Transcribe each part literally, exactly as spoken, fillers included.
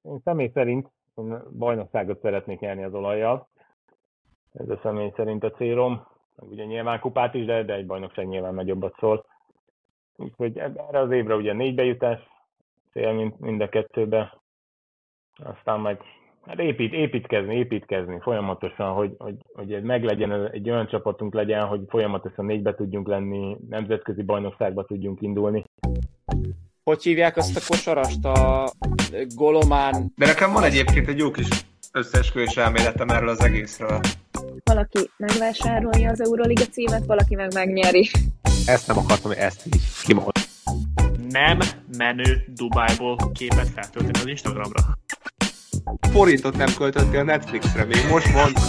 én személy szerint bajnokságot szeretnék nyerni az olajjal. Ez a személy szerint a célom. Ugye nyilván kupát is, de, de egy bajnokság nyilván nagyobbat szól. Úgyhogy erre az évre ugye négy bejutás cél mind, mind a kettőbe. Aztán majd hát épít, építkezni, építkezni folyamatosan, hogy, hogy, hogy meglegyen, egy olyan csapatunk legyen, hogy folyamatosan négybe tudjunk lenni, nemzetközi bajnokságba tudjunk indulni. Hogy hívják azt a kosarast, a Golomán? De nekem van egyébként egy jó kis összeesküvés elméletem erről az egészről. Valaki megvásárolja az Euroliga címet, valaki meg megnyeri. Ezt nem akartam, hogy ezt így kimondom. Nem menő Dubájból képet feltölteni az Instagramra. Forintot nem költöttél a Netflixre, még most mondtam.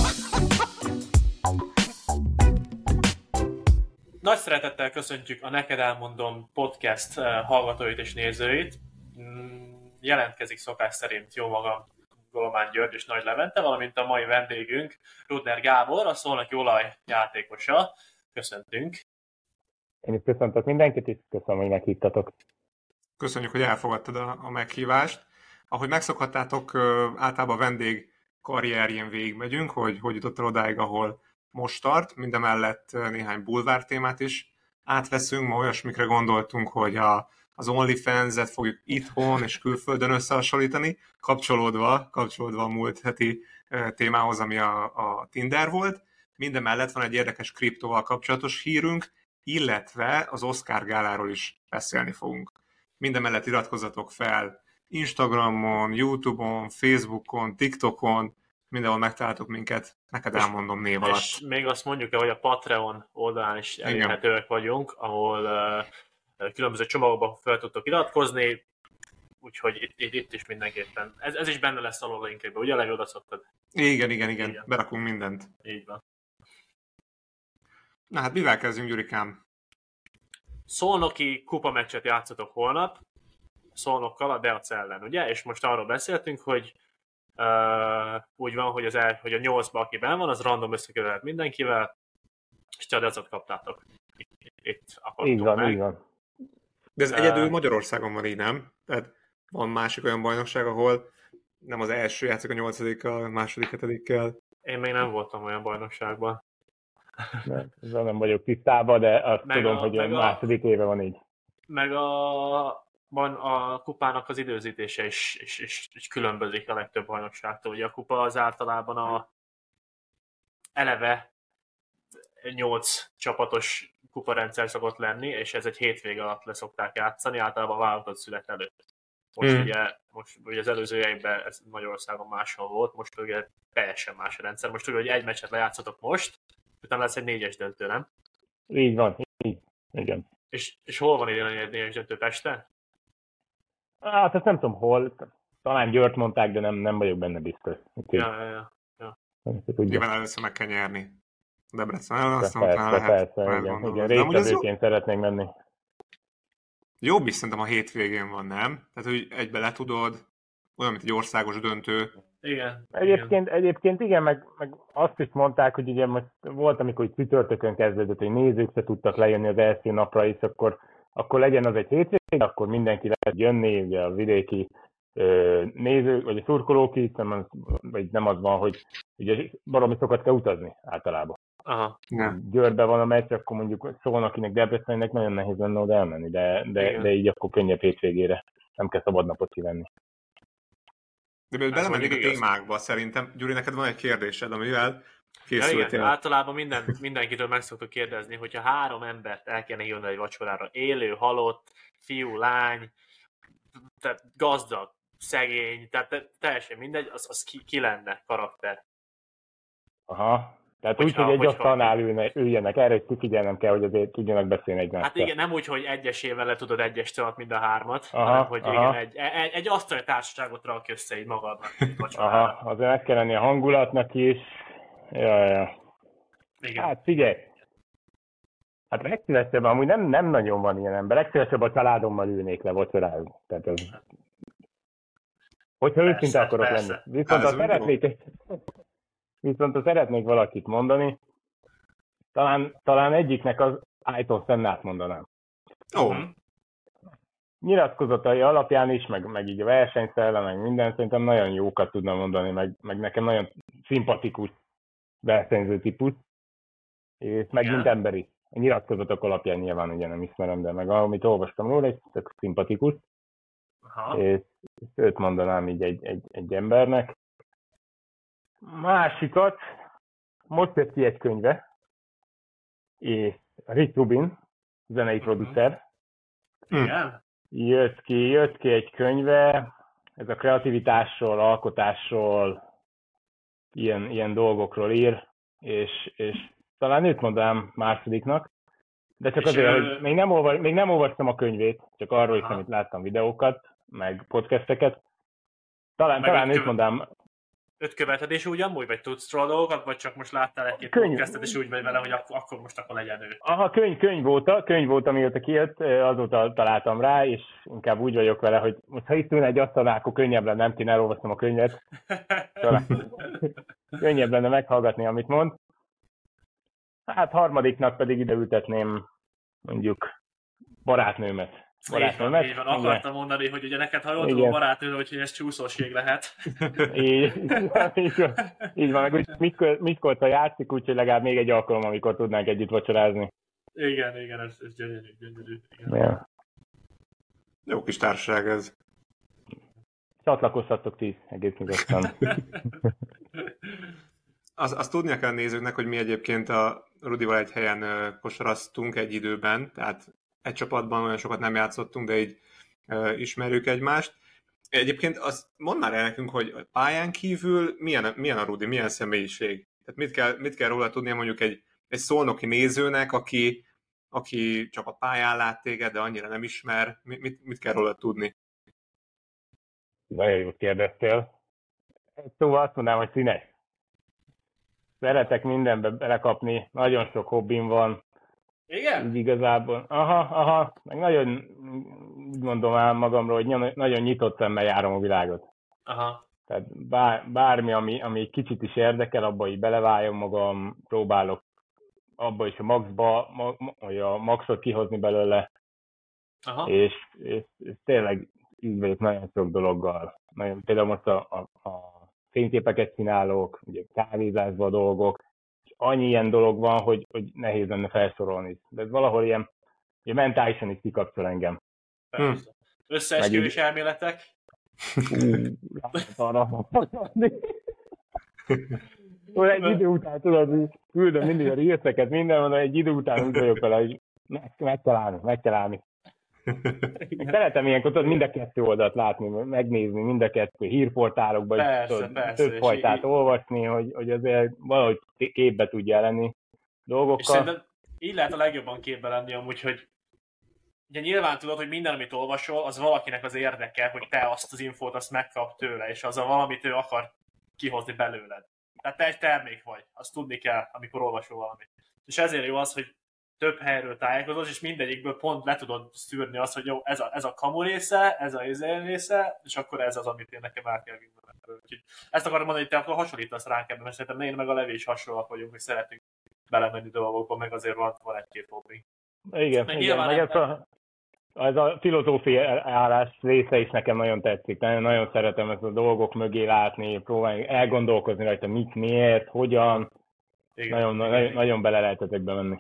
Nagy szeretettel köszöntjük a Neked Elmondom podcast hallgatóit és nézőit. Jelentkezik szokás szerint jó magam, Golomán György és Nagy Levente, valamint a mai vendégünk, Rudner Gábor, a Szolnoki Olaj játékosa. Köszöntünk! Én is köszöntök mindenkit, és köszönöm, hogy meghívtatok. Köszönjük, hogy elfogadtad a, a meghívást. Ahogy megszokhattátok, általában a vendég karrierjén végigmegyünk, hogy hogy jutott el odáig, ahol most tart. Mindemellett néhány bulvár témát is átveszünk. Ma olyasmikre gondoltunk, hogy a, az OnlyFans-et fogjuk itthon és külföldön összehasonlítani, kapcsolódva, kapcsolódva a múlt heti témához, ami a, a Tinder volt. Mindemellett van egy érdekes kriptóval kapcsolatos hírünk, illetve az Oscar gáláról is beszélni fogunk. Mindemellett iratkozzatok fel Instagramon, YouTube-on, Facebookon, TikTokon, mindenhol megtaláltok minket, neked elmondom név alatt. És még azt mondjuk el, hogy a Patreon oldalán is elérhetőek vagyunk, ahol uh, különböző csomagokban fel tudtok iratkozni, úgyhogy itt, itt, itt is mindenképpen. Ez, ez is benne lesz alól a linkekben, ugye? Legalább oda szoktad. Igen, igen, igen, igen, berakunk mindent. Így van. Na hát mivel kezdjünk, Gyurikám? Szolnoki kupameccset játszatok holnap, Szolnokkal a Deac ellen, ugye? És most arról beszéltünk, hogy uh, úgy van, hogy, az el, hogy a nyolcban, aki benn van, az random összekerülhet mindenkivel, és te a Deacot kaptátok. Itt, itt akartunk így van, meg. Így van. De ez uh, egyedül Magyarországon van így, nem? Tehát van másik olyan bajnokság, ahol nem az első játszik a nyolcadikkal, a második, hetedikkel. Én még nem voltam olyan bajnokságban. Ezzel nem vagyok tisztában, de azt meg tudom, a, hogy a második éve van így. Meg a, van a kupának az időzítése is, is, is, is különbözik a legtöbb bajnokságtól. Ugye a kupa az általában a eleve nyolc csapatos kuparendszer szokott lenni, és ez egy hétvége alatt leszokták játszani, általában a válogatott szület előtt. Most, hmm. ugye, most ugye az előző években ez Magyarországon máshol volt, most ugye teljesen más a rendszer. Most ugye, hogy egy meccset lejátszatok most, utána lesz egy négyes döntő, nem? Így van, így, igen. És, és hol van idén a négyes döntő, Pesten? Hát ezt nem tudom hol, talán Győrt mondták, de nem, nem vagyok benne biztos. Okay. Ja, ja, ja. Nyilván először meg kell nyerni. Debrecen ellen, aztán persze, utána lehet. Persze, igen, igen. Résztvevőként szeretnénk menni. Jobb is szerintem a hétvégén van, nem? Tehát, hogy egybe le tudod, olyan, mint egy országos döntő. Igen. Egyébként, igen. egyébként igen, meg, meg azt is mondták, hogy ugye most volt, amikor itt csütörtökön kezdődött, hogy nézők se tudtak lejönni az első napra is, akkor, akkor legyen az egy hétvége, akkor mindenki lehet jönni, ugye a vidéki ö, nézők, vagy a szurkolók is, nem, vagy nem az van, hogy ugye baromi sokat kell utazni általában. Aha. Győrben van a meccs, akkor mondjuk Szolnokinek, Debrecennek nagyon nehéz lenne oda elmenni, de, de, de így akkor könnyebb hétvégére. Nem kell szabadnapot kivenni. De mielőtt belemennék a témákba, szerintem, Gyuri, neked van egy kérdésed, amivel készültél. Ja, általában minden, mindenkitől meg szoktuk kérdezni, hogyha három embert el kellene hívni egy vacsorára, élő, halott, fiú, lány, tehát gazdag, szegény, tehát teljesen mindegy, az, az ki, ki lenne karakter. Aha. Tehát úgy, hogy egy asztalnál ülne, üljenek, erre is kifigyelnem kell, hogy azért tudjanak beszélni egymással. Hát igen, nem úgy, hogy egyesével le tudod egyestől a mind a hármat, aha, hanem hogy aha. igen, egy, egy, egy asztali társaságot rak össze így magadnak. Aha, azért meg kell lenni a hangulatnak is. Ja, ja. Igen. Hát figyelj! Hát legszívesebb, amúgy nem, nem nagyon van ilyen ember, legszívesebb a családommal ülnék le vacsorázni. Tehát ez... Hogyha őszinte akarok lenni. Viszont ha szeretnék... Viszont ha szeretnék valakit mondani, talán, talán egyiknek az Ayton Sennát mondanám. Ó. Oh. nyilatkozatai alapján is, meg, meg így a versenyszellem, meg minden, szerintem nagyon jókat tudna mondani, meg, meg nekem nagyon szimpatikus versenyző típus, és meg Igen. mint emberi. A nyilatkozatok alapján nyilván ugye nem ismerem, de meg amit olvastam róla, és tök szimpatikus, Aha. és őt mondanám így egy, egy, egy embernek. Másikat, most jött ki egy könyve, és Rick Rubin, zenei producer, Igen? jött ki, jött ki egy könyve, ez a kreativitásról, alkotásról, ilyen, ilyen dolgokról ír, és, és talán őt mondanám másodiknak, de csak És azért, ő- hogy még nem, olva, még nem olvastam a könyvét, csak arról is, Aha. amit láttam videókat, meg podcasteket. Talán, Meg talán őt őt követ- mondanám, Őt követed is úgy amúgy, vagy tudsz róla dolgokat, vagy csak most láttál egy-két Könyv. podcastet, és úgy vagy vele, hogy ak- akkor most akkor legyen ő. aha, könyv, könyv volt, könyv volt, amióta kijött, azóta találtam rá, és inkább úgy vagyok vele, hogy most ha itt ülne egy asztalnál, akkor könnyebb lenne, nem kéne elolvasnom a könyvet, talán könnyebb lenne meghallgatni, amit mond. Hát harmadiknak pedig ide ültetném mondjuk barátnőmet. Így van, Barátnőmet. így van. Igen. Akartam mondani, hogy ugye neked, ha jól Igen. tudom, barátnő, hogy ez csúszóség lehet. Így, így van, így van, így van, meg úgy mikor, mikorta játszik, úgyhogy legalább még egy alkalom, amikor tudnánk együtt vacsorázni. Igen, igen, ez, ez gyönyörű, gyönyörű. Igen. Ja. Jó kis társaság ez. Csatlakozhattok ti is, egész nyugodtan. Az, azt tudnia kell nézőknek, hogy mi egyébként a Rudival egy helyen ö, kosaraztunk egy időben, tehát egy csapatban olyan sokat nem játszottunk, de így ö, ismerjük egymást. Egyébként azt mondd már el nekünk, hogy a pályán kívül milyen, milyen a Rudi, milyen személyiség? Tehát mit kell, mit kell róla tudnia mondjuk egy, egy szolnoki nézőnek, aki, aki csak a pályán lát téged, de annyira nem ismer, mit, mit, mit kell róla tudni? Nagyon jót kérdeztél. Szóval azt mondanám, hogy színes. Szeretek mindenbe belekapni, nagyon sok hobbim van, Igen? így igazából. Aha, aha, meg nagyon, úgy mondom el magamról, hogy ny- nagyon nyitott szemmel járom a világot. Aha. Tehát bár, bármi, ami, ami egy kicsit is érdekel, abba is beleváljom magam, próbálok abba is a maxba, ma, vagy a maxot kihozni belőle, Aha. és, és, és tényleg így vagyok nagyon sok dologgal. Nagyon, például most a, a, a fényképeket csinálok, ugye kávézásban a dolgok, és annyi ilyen dolog van, hogy, hogy nehéz lenne felsorolni. De ez valahol ilyen, ilyen mentálisan is kikapcsol engem. Persze. Összeesküvés elméletek? Lehet arra mondani. Olyan egy idő után tudod, küldöm mindig a ríszeket, minden mondom, egy idő után úgy vagyok vele, hogy meg, meg kell állni, meg kell állni. Meg szeretem ilyenkor tudod, mind a kettő oldalt látni, megnézni, mind a kettő hírportálokban, Persze, tudod, persze, több és fajtát így- olvasni, hogy, hogy azért valahogy képbe tudja lenni És dolgokkal. szerintem így lehet a legjobban képbe lenni amúgy, hogy ugye nyilván tudod, hogy minden, amit olvasol, az valakinek az érdeke, hogy te azt az infót azt megkap tőle, és az a valamit ő akar kihozni belőled. Tehát te egy termék vagy, azt tudni kell, amikor olvasol valamit. És ezért jó az, hogy több helyről tájékozol, és mindegyikből pont le tudod szűrni azt, hogy jó, ez a, ez a kamu része, ez a izé része, és akkor ez az, amit én nekem el kell vinnem. Úgyhogy ezt akarom mondani, hogy te akkor hasonlítasz ránk ebben, mert szerintem én meg a Levi is hasonlóak vagyunk, hogy szeretünk belemenni dolgokba, meg azért van, van egy-két hobbi. Igen, Meg igen, nyilván meg ez a, ez a filozófia állás része is nekem nagyon tetszik. Nagyon, nagyon szeretem ezt a dolgok mögé látni, próbálni elgondolkozni rajta, mit, miért, hogyan. Igen, Nagyon, igen, nagyon, igen. nagyon bele lehet ezekbe menni.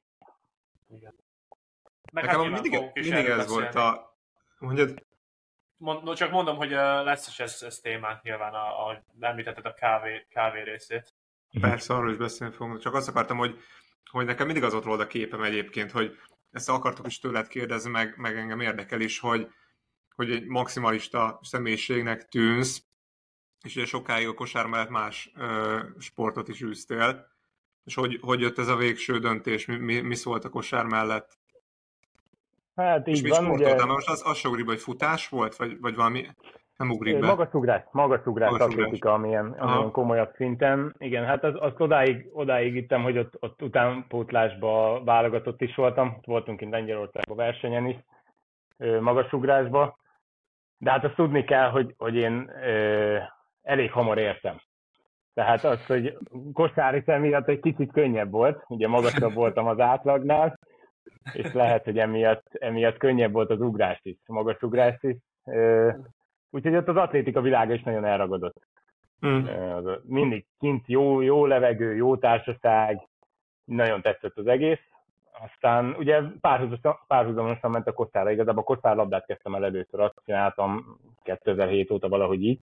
Meg Nekem hát mindig, mindig, is mindig erről ez volt beszélni. a... Mondjad, Mond, no, csak mondom, hogy uh, lesz is ez, ez témánk nyilván, a, a, említetted a kávé, kávé részét. persze, arról is beszélni fogunk. Csak azt akartam, hogy, hogy nekem mindig az volt róla a képem egyébként, hogy ezt akartok is tőled kérdezni, meg, meg engem érdekel is, hogy, hogy egy maximalista személyiségnek tűnsz, és ugye sokáig a kosár mellett más ö, sportot is űztél, és hogy, hogy jött ez a végső döntés, mi, mi, mi szólt a kosár mellett? Hát És így mi van, ugye, sportoltál? Most az, az se ugrik be, hogy futás volt, vagy, vagy valami nem ugrik be? magasugrás, magasugrás Magasugrás. atlétika, amilyen, Aha. amilyen komolyabb szinten. Igen, hát az, azt odáig, odáig ittem, hogy ott, ott utánpótlásba válogatott is voltam, ott voltunk itt Lengyelországban versenyen is, ö, magasugrásba, de hát azt tudni kell, hogy, hogy én ö, elég hamar értem. Tehát az, hogy kosári szem miatt egy kicsit könnyebb volt, ugye magasabb voltam az átlagnál, és lehet, hogy emiatt, emiatt könnyebb volt az ugrást is, a magas ugrást is. Úgyhogy ott az atlétika világa is nagyon elragadott. Mm. Mindig kint jó, jó levegő, jó társaság, nagyon tetszett az egész. Aztán ugye párhuzamosan, párhuzamosan ment a kosárra, igazából a kosárlabdát kezdtem el először, azt csináltam kétezer-hét óta valahogy így.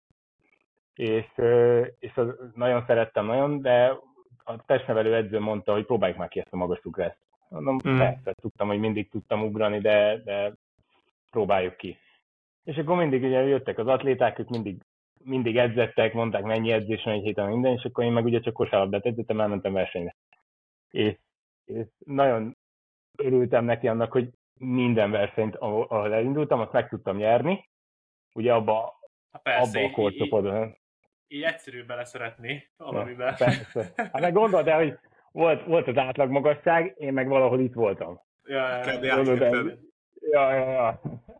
És, és az, nagyon szerettem nagyon, de a testnevelő edző mondta, hogy próbáljuk már ki ezt a magas ugrást. Mondom, mm. persze, tudtam, hogy mindig tudtam ugrani, de, de próbáljuk ki. És akkor mindig ugye jöttek az atléták, ők mindig, mindig edzettek, mondták, mennyi edzés van egy héten minden, és akkor én meg ugye csak kosárlabdát edzettem, elmentem versenyre. És, és nagyon örültem neki annak, hogy minden versenyt, ahol elindultam, azt meg tudtam nyerni. Ugye abba, persze, abba a korcsoportban. Így, így egyszerűbb bele szeretni valamiben. Persze. Hát meg gondold el, hogy volt, volt az átlag magasság, én meg valahol itt voltam. Ja, ja, ja. ja, ja, ja.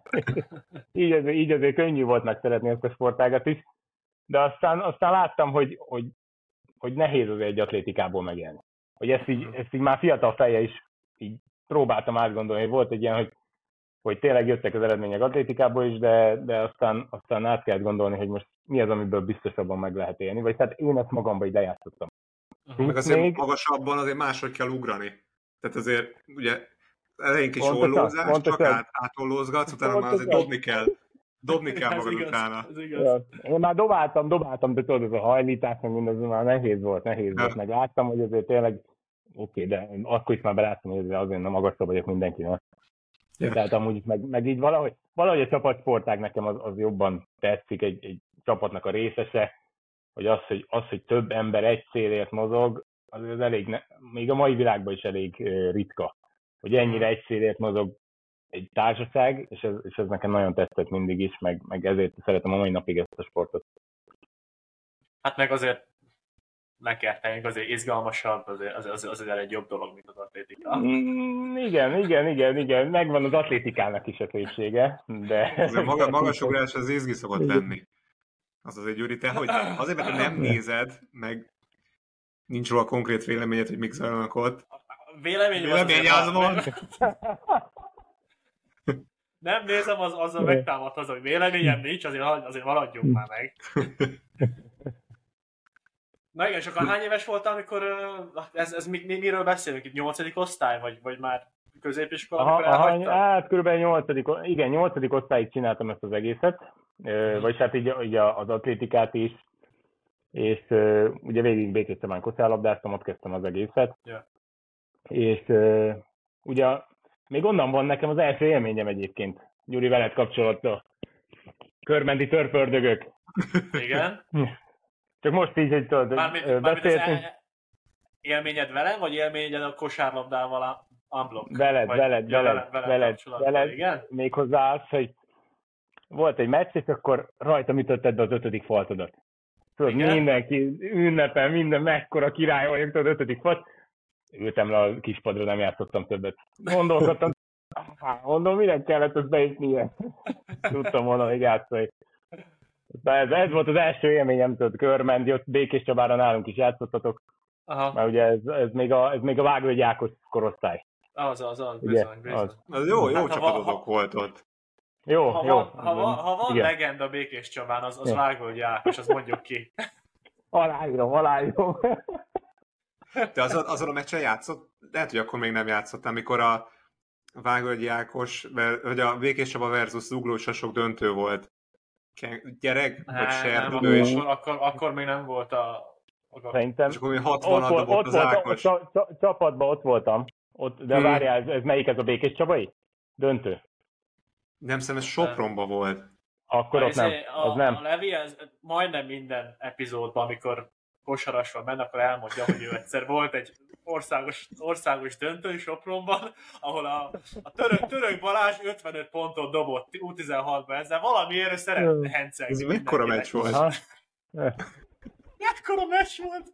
így, azért, így azért könnyű volt megszeretni ezt a sportágat is. De aztán, aztán láttam, hogy, hogy, hogy nehéz azért egy atlétikából megélni. Hogy ezt így, ezt így már fiatal feje is így próbáltam átgondolni. Volt egy ilyen, hogy, hogy tényleg jöttek az eredmények atlétikából is, de, de aztán, aztán át kellett gondolni, hogy most mi az, amiből biztosabban meg lehet élni. Vagy tehát én ezt magamban így lejátszottam. Meg azért még... magasabban azért máshogy kell ugrani. Tehát azért ugye elején kis ollózás, csak át, átollózgatsz, utána már azért dobni kell. Dobni kell magad igaz, utána. Ja. Én már dobáltam, dobáltam, de tudod, ez a hajlítás, meg mindez már nehéz volt, nehéz ja. volt. Meg láttam, hogy azért tényleg oké, de akkor is már beláttam, hogy azért nem magasabb vagyok mindenkinek. Ja. Tehát amúgy meg, meg így valahogy, valahogy a csapatsportág nekem az, az jobban tetszik, egy, egy csapatnak a részese, hogy az, hogy az, hogy több ember egy célért mozog, az, az elég, ne, még a mai világban is elég uh, ritka, hogy ennyire egy célért mozog egy társaság, és ez, és ez nekem nagyon tetszett mindig is, meg, meg ezért szeretem a mai napig ezt a sportot. Hát meg azért meg kell tenni, azért izgalmasabb, azért, az, az, azért egy jobb dolog, mint az atlétika. Mm, igen, igen, igen, igen, megvan az atlétikának is a szépsége, de... Ez a maga, magasugrás az izgi szokott lenni. Az azért, Gyuri, te, hogy azért, mert te nem nézed, meg nincs róla konkrét véleményed, hogy mik zajlanak ott. Vélemény, Vélemény az, az van. Nem nézem, az, azzal megtámadt az, hogy véleményem nincs, azért, azért maradjunk már meg. Na igen, és akkor hány éves voltál, amikor ez, ez mi, mi, miről beszélünk? Itt nyolcadik osztály, vagy, vagy már középiskola, amikor elhagytad? Hát körülbelül nyolcadik, igen, nyolcadik osztályig csináltam ezt az egészet, hmm. vagyis hát így, így az atlétikát is, és ugye végig Békéscsabán kosárlabdáztam, ott kezdtem az egészet. Yeah. És ugye még onnan van nekem az első élményem egyébként, Gyuri, veled kapcsolatban. Körmendi törpördögök. Igen. Csak most így, hogy tudod, beszéltünk. Mármint el, élményed velem, vagy élményed a kosárlabdával unblock? Veled, vagy, veled, ja, veled, veled, veled, veled. Igen? Méghozzá az, hogy volt egy meccs, és akkor rajtam ütötted be az ötödik faltodat. Tudod, igen? Mindenki ünnepel, minden mekkora király vagyok, tudod, ötödik falt. Ültem le a kispadra, nem játszottam többet. Gondolkodtam, mondom, mire kellett ezt beütnie? Tudtam volna, hogy játszani. Ez, ez volt az első élményem, tudod, Körmendi, ott Békéscsabára nálunk is játszottatok. Aha. Mert ugye ez, ez még a, ez még a Vágvölgyi Ákos korosztály. Az, az, az, bizony, bizony. Az, az jó, jó hát, csapatotok volt ott. Jó, ha, jó. Ha, ha, van, ha van legenda Békéscsabán, az, az Vágvölgyi Ákos, azt mondjuk ki. Aláírom, aláírom. De azon, azon a meccsen játszott? Lehet, hogy akkor még nem játszott, amikor a Vágvölgyi Ákos, vagy a Békéscsaba versus Zuglósasok döntő volt. Gyereg, vagy serdülő, és... Akkor, akkor, akkor még nem volt a... Szerintem... És akkor még hatvanat dobott az Ákos. Ott volt, a csapatban ott voltam. Ott, de hmm. várjál, ez, ez melyik ez a Békéscsabai? Döntő. Nem hiszem, ez Sopronban volt. Akkor ott nem. A, az nem. A Levi, ez majdnem minden epizódban, amikor kosaras van benne, akkor elmondja, hogy ő egyszer volt egy országos, országos döntő Sopronban, ahol a, a török, török Balázs ötvenöt pontot dobott U tizenhatban, ezzel valamiért szeret hencelni. Ez mekkora meccs volt? Mekkora meccs volt?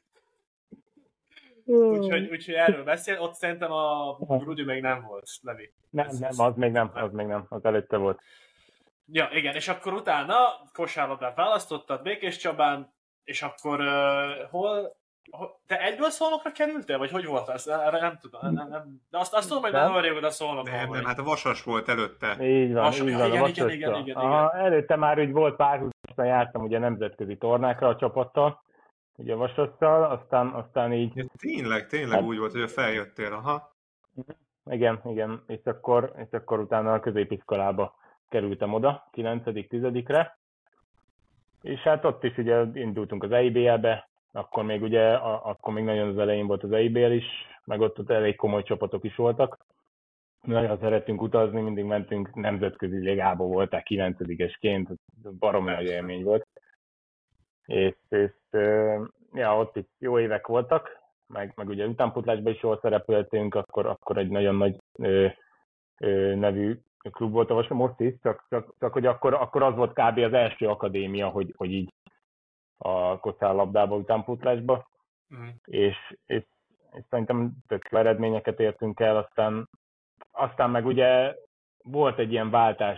Úgyhogy, úgyhogy erről beszél, ott szerintem a Rudi még nem volt, Levi. Nem, nem, az még nem, az még nem, az előtte volt. Ja, igen, és akkor utána kosárlabdát választottad Békéscsabán, és akkor uh, hol Te egyből Szolnokra kerültél, vagy hogy volt ez? Erre nem tudom. Nem, nem. De azt, azt tudom, hogy nagyon régóta Szolnokon Nem, vagy. nem, hát a Vasas volt előtte. Így van, Vas- így ja, van, igen, a igen, Vasossal. igen, igen, Aha, előtte már úgy volt párhuzamosan jártam ugye nemzetközi tornákra a csapattal, ugye a Vasossal, aztán, aztán így... Ja, tényleg, tényleg Hát- úgy volt, hogy feljöttél, aha. Igen, igen, és akkor, és akkor utána a középiskolába kerültem oda, kilencedik tizedikre, és hát ott is ugye indultunk az E I B L-be, akkor még ugye, a, akkor még nagyon az elején volt az E I B L is, meg ott, ott elég komoly csapatok is voltak. Nagyon szerettünk utazni, mindig mentünk nemzetközi ligába, voltál kilencedikesként, baromi nagy élmény volt. És, és ja, ott is jó évek voltak, meg, meg ugye utánpótlásban is jól szerepeltünk, akkor, akkor egy nagyon nagy ö, ö, nevű klub volt, most, most is, csak, csak, csak hogy akkor, akkor az volt kb. Az első akadémia, hogy, hogy így a kosárlabdába, utánpótlásba, Mm. és, és, és szerintem tök jó eredményeket értünk el, aztán, aztán meg ugye volt egy ilyen váltás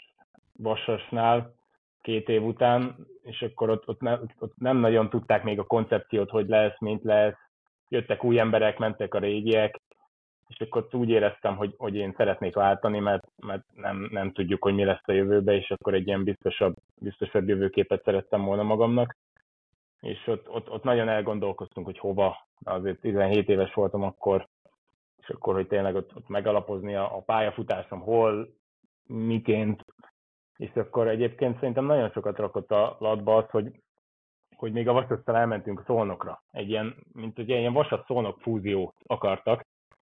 Vasasnál két év után, és akkor ott, ott, ne, ott nem nagyon tudták még a koncepciót, hogy lesz, mint lesz, jöttek új emberek, mentek a régiek, és akkor úgy éreztem, hogy, hogy én szeretnék váltani, mert, mert nem, nem tudjuk, hogy mi lesz a jövőben, és akkor egy ilyen biztosabb, biztosabb jövőképet szerettem volna magamnak. És ott, ott, ott nagyon elgondolkoztunk, hogy hova. Azért tizenhét éves voltam akkor, és akkor, hogy tényleg ott, ott megalapozni a, a pályafutásom, hol, miként. És akkor egyébként szerintem nagyon sokat rakott a latba az, hogy, hogy még a Vasosszal elmentünk Szolnokra. Egy ilyen, mint egy ilyen Vasas-Szolnok fúziót akartak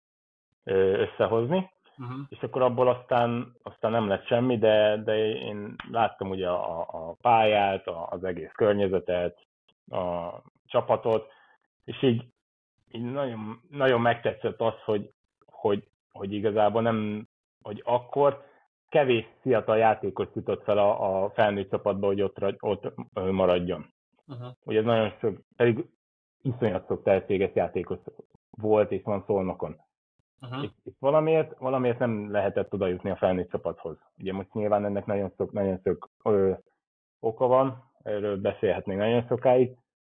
összehozni, uh-huh. És akkor abból aztán, aztán nem lett semmi, de, de én láttam ugye a, a pályát, az egész környezetet, a csapatot, és így, így nagyon, nagyon megtetszett az, hogy, hogy, hogy igazából nem, hogy akkor kevés fiatal játékos jutott fel a, a felnőtt csapatba, hogy ott, ott maradjon. Uh-huh. Ugye ez nagyon sok, pedig iszonyat sok tehetséges játékos volt és van Szolnokon. Uh-huh. És, és valamiért, valamiért nem lehetett oda jutni a felnőtt csapathoz. Ugye most nyilván ennek nagyon sok, nagyon sok ö, oka van, erről beszélhetnénk nagyon sokáig,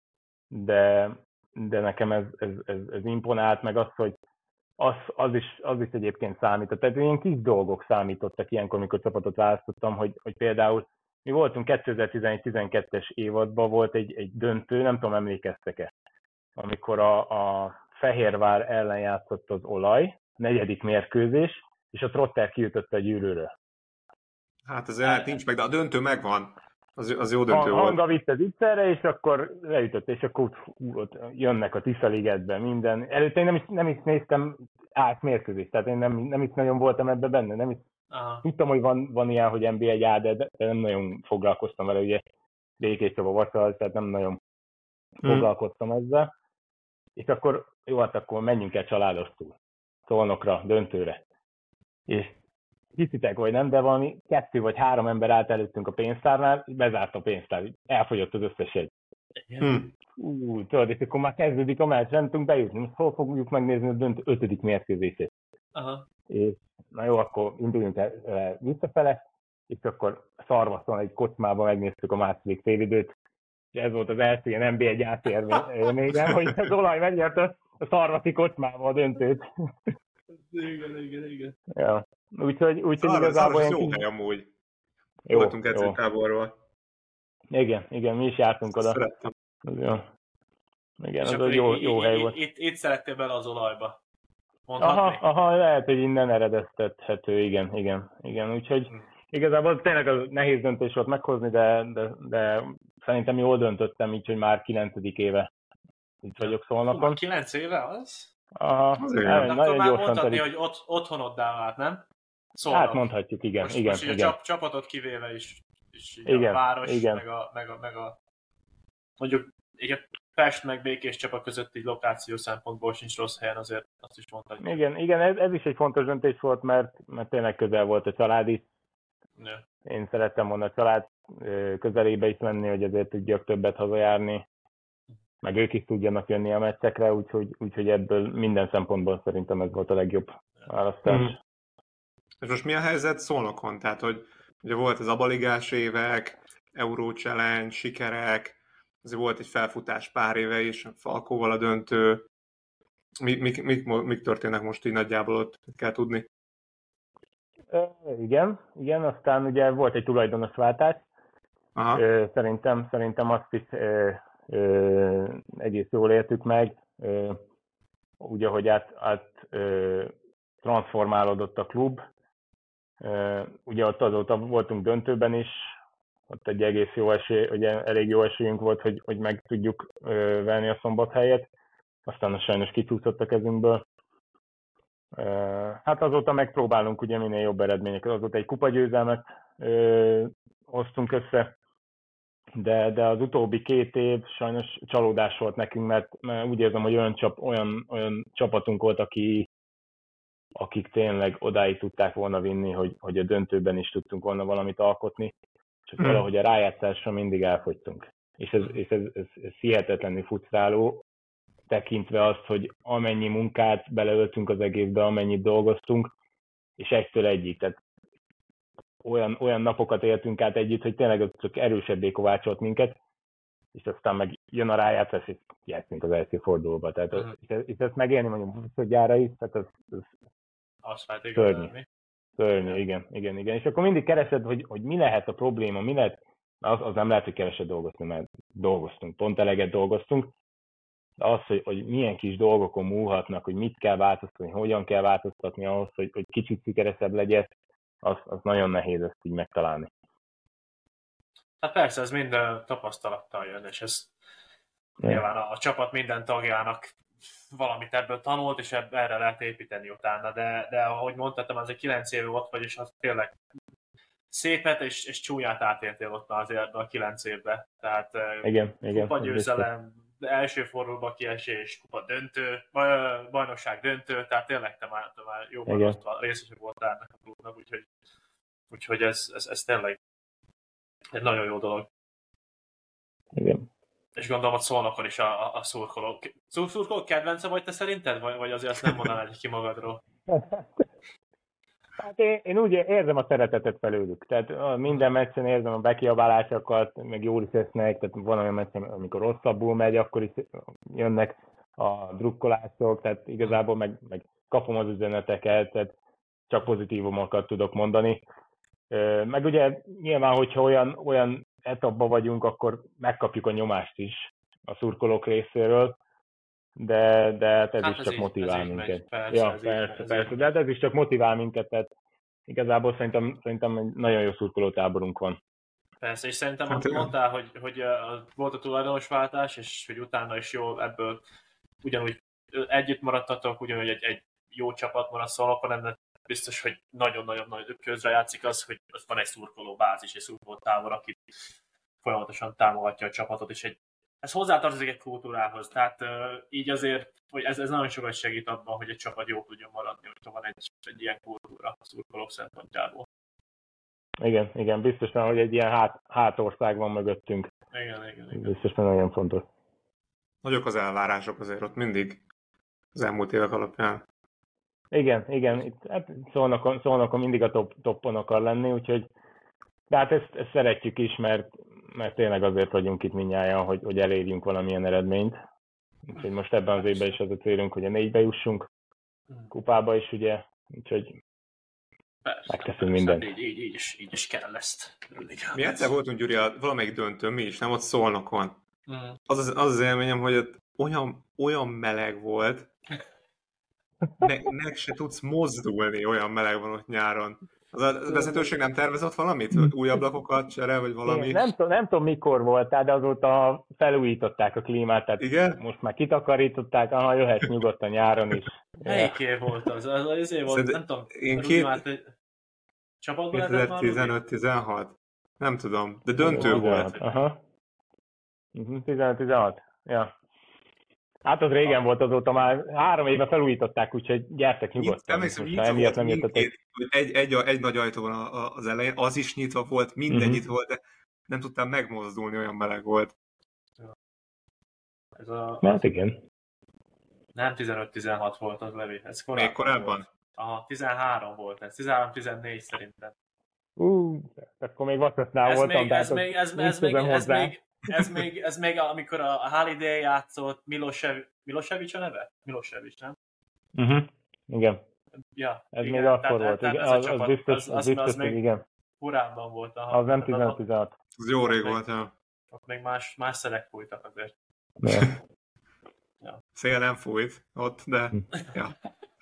de, de nekem ez, ez, ez, ez imponált, meg az, hogy az, az, is, az is egyébként számított. Tehát ilyen kis dolgok számítottak ilyenkor, amikor csapatot választottam, hogy, hogy például mi voltunk kétezer-tizenegy-tizenkettes évadban, volt egy, egy döntő, nem tudom, emlékeztek-e, amikor a, a Fehérvár ellen játszott az Olaj, negyedik mérkőzés, és a Trotter kiütötte a gyűrűről. Hát ez hát nincs meg, de a döntő megvan. Az, az jó döntő a, volt. Hanga vitt az Itszerre, és akkor leütött, és akkor ott, ott jönnek a Tisza-ligetben minden. Előtte én nem is, nem is néztem át mérkőzést, tehát én nem, nem is nagyon voltam ebben benne. Nem is, tudtam, hogy van, van ilyen, hogy en bé egy á, de, de nem nagyon foglalkoztam vele, ugye Békés Csaba Vasal, tehát nem nagyon hmm. foglalkoztam ezzel. És akkor jó, hát akkor menjünk el családostul, Szolnokra, döntőre. És hiszitek, vagy nem, de valami kettő vagy három ember állt előttünk a pénztárnál, bezárt a pénztár, elfogyott az összes jegy. Hmm. Ú, tudod, és akkor már kezdődik a meccs, nem tudunk bejutni, most hol fogjuk megnézni a döntő ötödik mérkőzését. Aha. És na jó, akkor induljunk el, el visszafele, és akkor Szarvaszon egy kocsmában megnéztük a második félidőt, és ez volt az első ilyen en bé egy átélményem, hogy az Olaj megnyerte a Szarvaszi kocsmában a döntőt. Igen, igen, igen. Ja. Úgyhogy úgy, Szarvas, igazából... Szarvas jó hely amúgy. Jó, voltunk edzőtáborban. Igen, igen, mi is jártunk oda. Szerettem. Jó. Igen, az egy jó, jó hely volt. Itt, itt szerettél bele az Olajba. Mondhatni? Aha, aha, lehet, hogy innen eredeztethető, igen, igen, igen. Úgyhogy hm. igazából tényleg az nehéz döntés volt meghozni, de, de, de szerintem jól döntöttem, így, hogy már kilencedik éve itt vagyok Szolnokon. Hú, kilenc éve az? Aha, nagyon, nagyon már mondhatni, hogy ott, otthonoddá vált, nem? Szóval hát mondhatjuk, igen. Most, igen, most igen. a csap, csapatot kivéve is, is igen, a város, igen. Meg, a, meg, a, meg a mondjuk igen, Pest meg Békés Csaba közötti lokáció szempontból sincs rossz helyen, azért azt is mondhatjuk. Igen, igen ez, ez is egy fontos döntés volt, mert, mert tényleg közel volt a család is. Ja. Én szerettem volna a család közelébe is menni, hogy azért tudjak többet hazajárni, meg ők is tudjanak jönni a meccsekre, úgyhogy, úgyhogy ebből minden szempontból szerintem ez volt a legjobb választás. Mm. És most mi a helyzet Szolnokon? Tehát, hogy ugye volt az abaligás évek, Euró Challenge, sikerek, azért volt egy felfutás pár éve is, Falkóval a döntő. Mik, mik, mik, mik történnek most így nagyjából ott, kell tudni? E, igen, igen, aztán ugye volt egy tulajdonosváltás. Aha. E, szerintem, szerintem azt is e, e, egész jól éltük meg. E, ugye, hogy át, át e, transformálódott a klub. E, ugye ott azóta voltunk döntőben is, ott egy egész jó esély, ugye elég jó esélyünk volt, hogy, hogy meg tudjuk e, venni a Szombathelyet. Aztán sajnos kicsúszott a kezünkből. Hát azóta megpróbálunk ugye minél jobb eredményeket. Azóta egy kupagyőzelmet ö, hoztunk össze, de, de az utóbbi két év sajnos csalódás volt nekünk, mert, mert úgy érzem, hogy olyan, csap, olyan, olyan csapatunk volt, aki, akik tényleg odáig tudták volna vinni, hogy, hogy a döntőben is tudtunk volna valamit alkotni, csak hmm. valahogy a rájátszásra mindig elfogytunk. És ez, és ez, ez, ez hihetetlenül frusztráló, tekintve azt, hogy amennyi munkát beleöltünk az egészbe, amennyit dolgoztunk, és egytől egyik. Tehát olyan, olyan napokat éltünk át együtt, hogy tényleg az csak erősebbé kovácsolt minket, és aztán meg jön a rájátszás, és játszunk az első fordulóba. Tehát az, uh-huh. és, és ezt megélni mondjuk huszadjára is, tehát az, az szörnyű. Szörnyű, igen, igen, igen. És akkor mindig keresed, hogy, hogy mi lehet a probléma, mi lehet, az, az nem lehet, hogy keveset dolgozni, mert dolgoztunk, pont eleget dolgoztunk, de az, hogy, hogy milyen kis dolgokon múlhatnak, hogy mit kell változtatni, hogyan kell változtatni ahhoz, hogy, hogy kicsit sikeresebb legyen, az, az nagyon nehéz ezt így megtalálni. Hát persze, ez minden tapasztalattal jön, és ez ja. nyilván a, a csapat minden tagjának valamit ebből tanult, és ebb, erre lehet építeni utána, de, de ahogy mondtam, az egy kilenc év ott vagy, és az tényleg szépet és, és csúnyát átértél ott azért a kilenc évben. Tehát igen, igen, kupa győzelem, első fordulóba kiesés, kupa döntő, bajnokság döntő, tehát tényleg te már, te már jóban részesebb voltál ennek a klubnak, úgyhogy, úgyhogy ez, ez, ez tényleg egy nagyon jó dolog. Igen. És gondolom, hogy Szolnokon is a, a, a szurkolók. Szurkolók kedvence vagy te szerinted? Vagy, vagy azért azt nem mondanád ki magadról? Hát én, én úgy érzem a szeretetet felőlük. Tehát minden meccsen érzem a bekiabálásokat, meg jól is esznek, tehát van olyan meccsen, amikor rosszabbul megy, akkor is jönnek a drukkolások, tehát igazából meg, meg kapom az üzeneteket, tehát csak pozitívumokat tudok mondani. Meg ugye nyilván, hogyha olyan, olyan etapban vagyunk, akkor megkapjuk a nyomást is a szurkolók részéről, de, de ez hát is csak így, motivál minket. Megy, persze, ja, persze, így, persze, de ez is csak motivál minket, tehát igazából szerintem, szerintem egy nagyon jó szurkolótáborunk van. Persze, és szerintem hát, mondtál, hogy, hogy volt a tulajdonosváltás, és hogy utána is jó ebből ugyanúgy együtt maradtatok, ugyanúgy egy, egy jó csapat van a Szolnokon, ennek biztos, hogy nagyon-nagyon nagy közre játszik az, hogy van egy szurkoló bázis, egy szurkoló tábor, aki folyamatosan támogatja a csapatot, és egy ez hozzátartozik egy kultúrához, tehát uh, így azért, hogy ez, ez nagyon sokat segít abban, hogy egy csapat jó tudjon maradni, hogyha van egy, egy ilyen kultúra a szurkolók szempontjából. Igen, igen, biztosan, hogy egy ilyen hát, hátország van mögöttünk. Igen, igen, igen. Biztosan nagyon fontos. Nagyok az elvárások azért ott mindig az elmúlt évek alapján. Igen, igen, itt hát Szolnokon, Szolnokon mindig a top, toppon akar lenni, úgyhogy de hát ezt, ezt szeretjük is, mert mert tényleg azért vagyunk itt mindnyájan, hogy, hogy elérjünk valamilyen eredményt. Úgyhogy most ebben az évben is az a célunk, hogy a négybe jussunk, kupába is, ugye, úgyhogy persze, megteszünk mindent. Így, így, így, is, így is kell ezt. Mi egyszer voltunk, Gyuri, valamelyik döntőn, mi is, nem ott Szolnokon. Mm. Az, az, az az élményem, hogy ott olyan, olyan meleg volt, ne, meg se tudsz mozdulni, olyan meleg van ott nyáron. Az a vezetőség nem tervezett valamit? Új ablakokat csere, vagy valami? Én nem, tudom, nem tudom, mikor voltál, de azóta felújították a klímát, tehát igen? Most már kitakarították, aha, jöhetsz nyugodtan nyáron is. Melyik év volt az? Az az év volt, nem tudom. Én két... Csapatban lehetett már? kétezer-tizenöt tizenhat Nem tudom, de döntő volt. Aha. tizenöt tizenhat Ja. Hát az régen volt, azóta már három éve felújították, úgyhogy gyertek nyugodtan. Emlékszem, nyitva volt nem mindkét, egy, egy, egy nagy ajtó van az elején, az is nyitva volt, minden uh-huh. nyitva volt, de nem tudtam megmozdulni, olyan meleg volt. Ez a... Hát igen. Nem tizenöt tizenhat volt az, Levi, ez korábban. Még korábban? Volt. Aha, tizenhárom volt ez, tizenhárom tizennégy szerintem. Ú, uh, akkor még Vakasnál voltam. Még, ez, még, ez, ez, még, ez, még, ez még, ez még amikor a Holiday játszott, Milosevic, Milosevic a neve? Milosevic, nem? Uh-huh. Igen. Ja, ez igen, még akkor tehát, volt. Tehát Igen. ez a Az, csapat, az biztos, az, az az, biztos az hogy még igen. korábban volt. A, az nem tizenöt tizenhat. Az jó rég volt, ja. Ott még más, más szerek fújtak azért. Ja. Ja. Szél nem fújt ott, de... ja.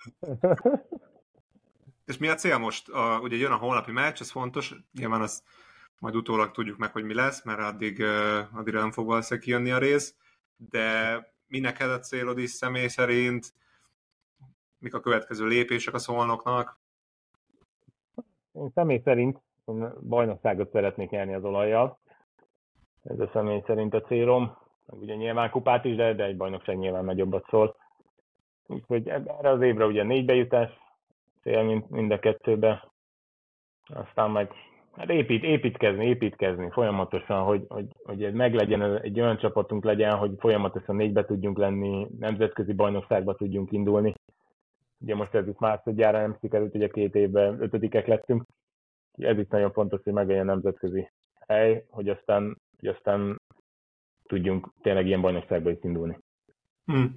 És mi a cél most? A, ugye jön a holnapi meccs, ez fontos. Nyilván azt majd utólag tudjuk meg, hogy mi lesz, mert addig, uh, addigra nem fog valószínűleg kijönni a rész. De mi neked a célod is személy szerint? Mik a következő lépések a Szolnoknak? Én személy szerint én bajnokságot szeretnék nyerni az olajjal. Ez a személy szerint a célom. Meg ugye nyilván kupát is, de, de egy bajnokság nyilván nagyobbat szól. Úgyhogy erre az évre ugye négy bejutás cél mind, mind a kettőbe. Aztán majd hát épít, építkezni, építkezni folyamatosan, hogy, hogy, hogy meglegyen egy olyan csapatunk legyen, hogy folyamatosan négybe tudjunk lenni, nemzetközi bajnokságba tudjunk indulni. Ugye most ez itt másodjára nem sikerült, ugye két évben ötödikek lettünk. Ez itt nagyon fontos, hogy meglegyen a nemzetközi hely, hogy aztán, hogy aztán tudjunk tényleg ilyen bajnokságba is indulni. Hmm.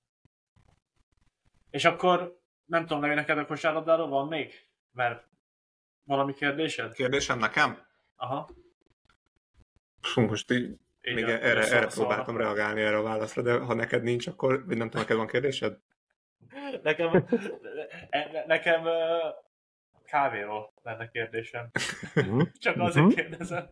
És akkor nem tudom, hogy neked a kosárlabdáról van még? Mert valami kérdésed? Kérdésem nekem? Aha. Fú, most így Így még a, erre, szó, erre próbáltam reagálni erre a válaszra, de ha neked nincs, akkor vagy nem tudom, neked van kérdésed? Nekem, ne, nekem kávéról lenne kérdésem. Csak azért kérdezem.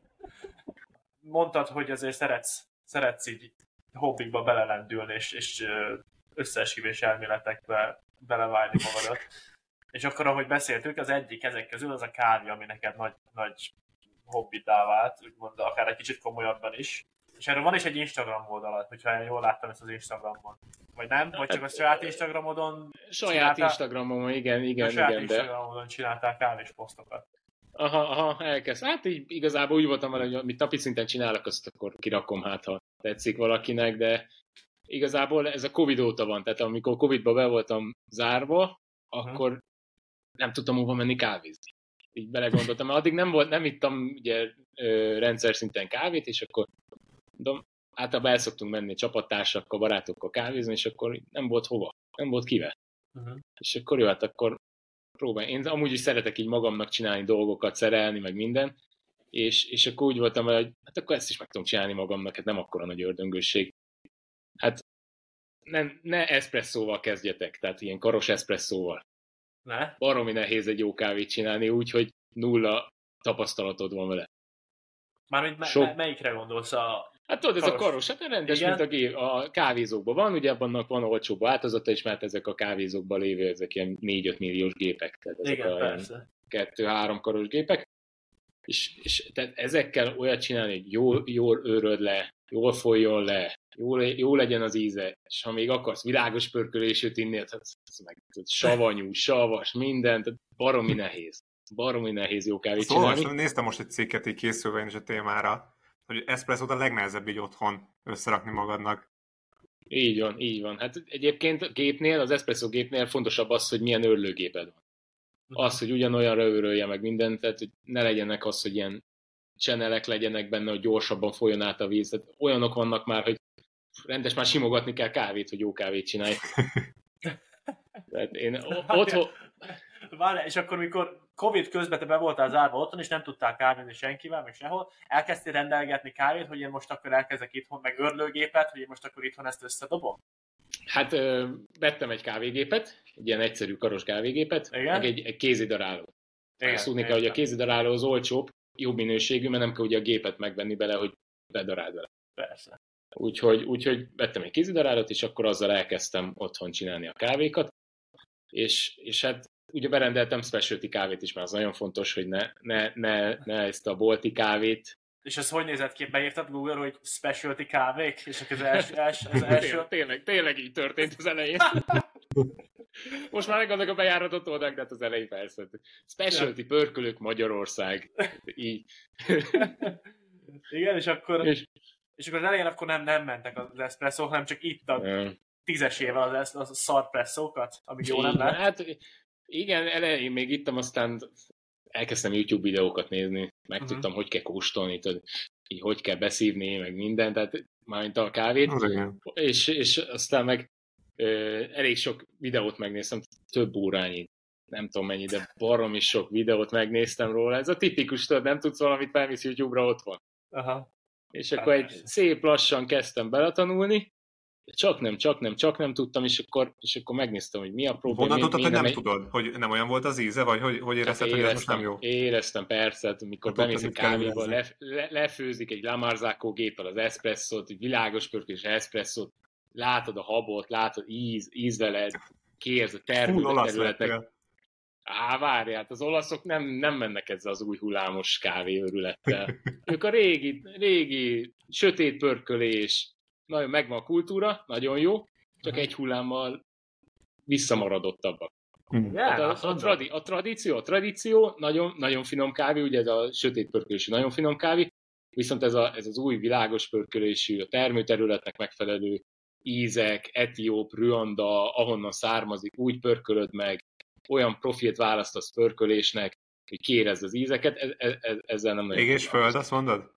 Mondtad, hogy azért szeretsz, szeretsz így hobbikba belelendülni, és, és összeesküvés elméletekbe belevágni magadat. És akkor, ahogy beszéltük, az egyik ezek közül az a kávé, ami neked nagy, nagy hobbitá vált, úgymond akár egy kicsit komolyabban is. És erről van is egy Instagram oldalad, hogyha jól láttam ezt az Instagramon. Vagy nem? Vagy csak a saját Instagramodon Saját csináltál? Instagramon, igen, igen, a saját igen. Instagramodon de... csináltál kávés posztokat. Aha, aha, elkezd. Hát így igazából úgy voltam vele, hogy amit napi szinten csinálok, azt akkor kirakom, hát ha tetszik valakinek, de igazából ez a Covid óta van, tehát amikor Covidba be voltam zárva, akkor uh-huh. nem tudtam hova menni kávézni. Így belegondoltam, mert addig nem volt, nem ittam ugye rendszer szinten kávét, és akkor mondom, általában el szoktunk menni csapattársakkal, barátokkal kávézni, és akkor nem volt hova, nem volt kivel. Uh-huh. És akkor jó, hát akkor próbálj. Én amúgy is szeretek így magamnak csinálni dolgokat, szerelni, meg minden, és, és akkor úgy voltam vele, hogy hát akkor ezt is meg tudom csinálni magamnak, hát nem akkora nagy ördöngőség. Hát ne, ne eszpresszóval kezdjetek, tehát ilyen karos eszpresszóval. Ne? Baromi nehéz egy jó kávét csinálni úgy, hogy nulla tapasztalatod van vele. Mármint me- Sok... me- melyikre gondolsz? A... Hát tudod, ez karos. a karos, hát rendes, Igen? mint a, gé- a kávézókban van, ugye abban van olcsóbb változata, és mert ezek a kávézókban lévő, ezek ilyen négy-öt milliós gépek, tehát ezek Igen, a persze. kettő-három karos gépek, és, és tehát ezekkel olyat csinálni, hogy jól, jól őröd le, jól folyjon le, jól, jól legyen az íze, és ha még akarsz világos pörkölésűt inni, hát ez meg savanyú, savas, minden, tehát baromi nehéz. Baromi nehéz jó kávét szóval csinálni. Néztem most egy cikket így készülve én is a témára, hogy eszpresszót a legnehezebb így otthon összerakni magadnak. Így van, így van. Hát egyébként a gépnél, az eszpresszó gépnél fontosabb az, hogy milyen őrlőgéped van. Az, hogy ugyanolyanra őrölje meg mindent, tehát hogy ne legyenek az, hogy ilyen channelek legyenek benne, hogy gyorsabban folyjon át a víz. Tehát olyanok vannak már, hogy rendes már simogatni kell kávét, hogy jó kávét csinálj. Tehát én otthon... Várj, és akkor, mikor Covid közben te be voltál zárva otthon, és nem tudtál kávézni senkivel, meg sehol, elkezdtél rendelgetni kávét, hogy én most akkor elkezdek itthon, meg örlőgépet, hogy én most akkor itthon ezt összedobom? Hát ö, vettem egy kávégépet, egy ilyen egyszerű karos kávégépet, igen? meg egy, egy kézidaráló. Igen, azt tudni kell, hogy a kézidaráló az olcsóbb, jobb minőségű, mert nem kell ugye a gépet megvenni bele, hogy bedaráld vele. Persze. Úgyhogy, úgyhogy vettem egy kézidarálót, és akkor azzal elkezdtem otthon csinálni a kávékat, és, és hát ugye berendeltem specialty kávét is, mert az nagyon fontos, hogy ne, ne, ne, ne ezt a bolti kávét. És ez hogy nézett ki? Beírtad Google, hogy specialty kávék? És akkor az első... első, az első... tényleg, tényleg, tényleg így történt az elején. Most már megadnak a bejáratot oldák, de hát az elején persze. Specialty pörkölők Magyarország. Így. Igen, és akkor... És, és akkor az elején akkor nem, nem mentek az eszpresszók, hanem csak ittad uh, tízesével az, az, az a szarpresszókat, amíg jó nem lett. Hát igen, elején még ittam, aztán elkezdtem YouTube videókat nézni, megtudtam, uh-huh. hogy kell kóstolni, tudod, így hogy kell beszívni, meg minden, tehát mármint a kávét, és, és aztán meg ö, elég sok videót megnéztem, több órányi, nem tudom mennyi, de baromi sok videót megnéztem róla. Ez a tipikus, tudod, nem tudsz valamit, felmész YouTube-ra, ott van. Aha. És akkor egy szép lassan kezdtem beletanulni, csak nem, csak nem, csak nem tudtam, és akkor, és akkor megnéztem, hogy mi a probléma. Honnan tudtad, hogy nem egy... tudod? Hogy nem olyan volt az íze, vagy hogy, hogy érezted, hogy ez most nem jó? Éreztem, persze, amikor hát bemész egy kávéba, le, le, lefőzik egy Lamarzako géppel az eszpresszót, egy világos pörkölés eszpresszót, látod a habot, látod íz, ízveled, kérsz a területnek. Á, várj, hát az olaszok nem, nem mennek ezzel az új hullámos kávéőrülettel. Ők a régi, régi sötét pörkölés, nagyon megvan a kultúra, nagyon jó, csak egy hullámmal visszamaradottabbak. Hmm. Hát a, a, tradi, a tradíció, a tradíció, nagyon, nagyon finom kávé, ugye ez a sötét pörkölésű nagyon finom kávé, viszont ez, a, ez az új világos pörkölésű, a termőterületnek megfelelő ízek, etióp, Ruanda, ahonnan származik, úgy pörkölöd meg, olyan profilt választasz pörkölésnek, hogy kérezd az ízeket, ez, ez, ezzel nem nagyon... Ég és föld, azt mondod?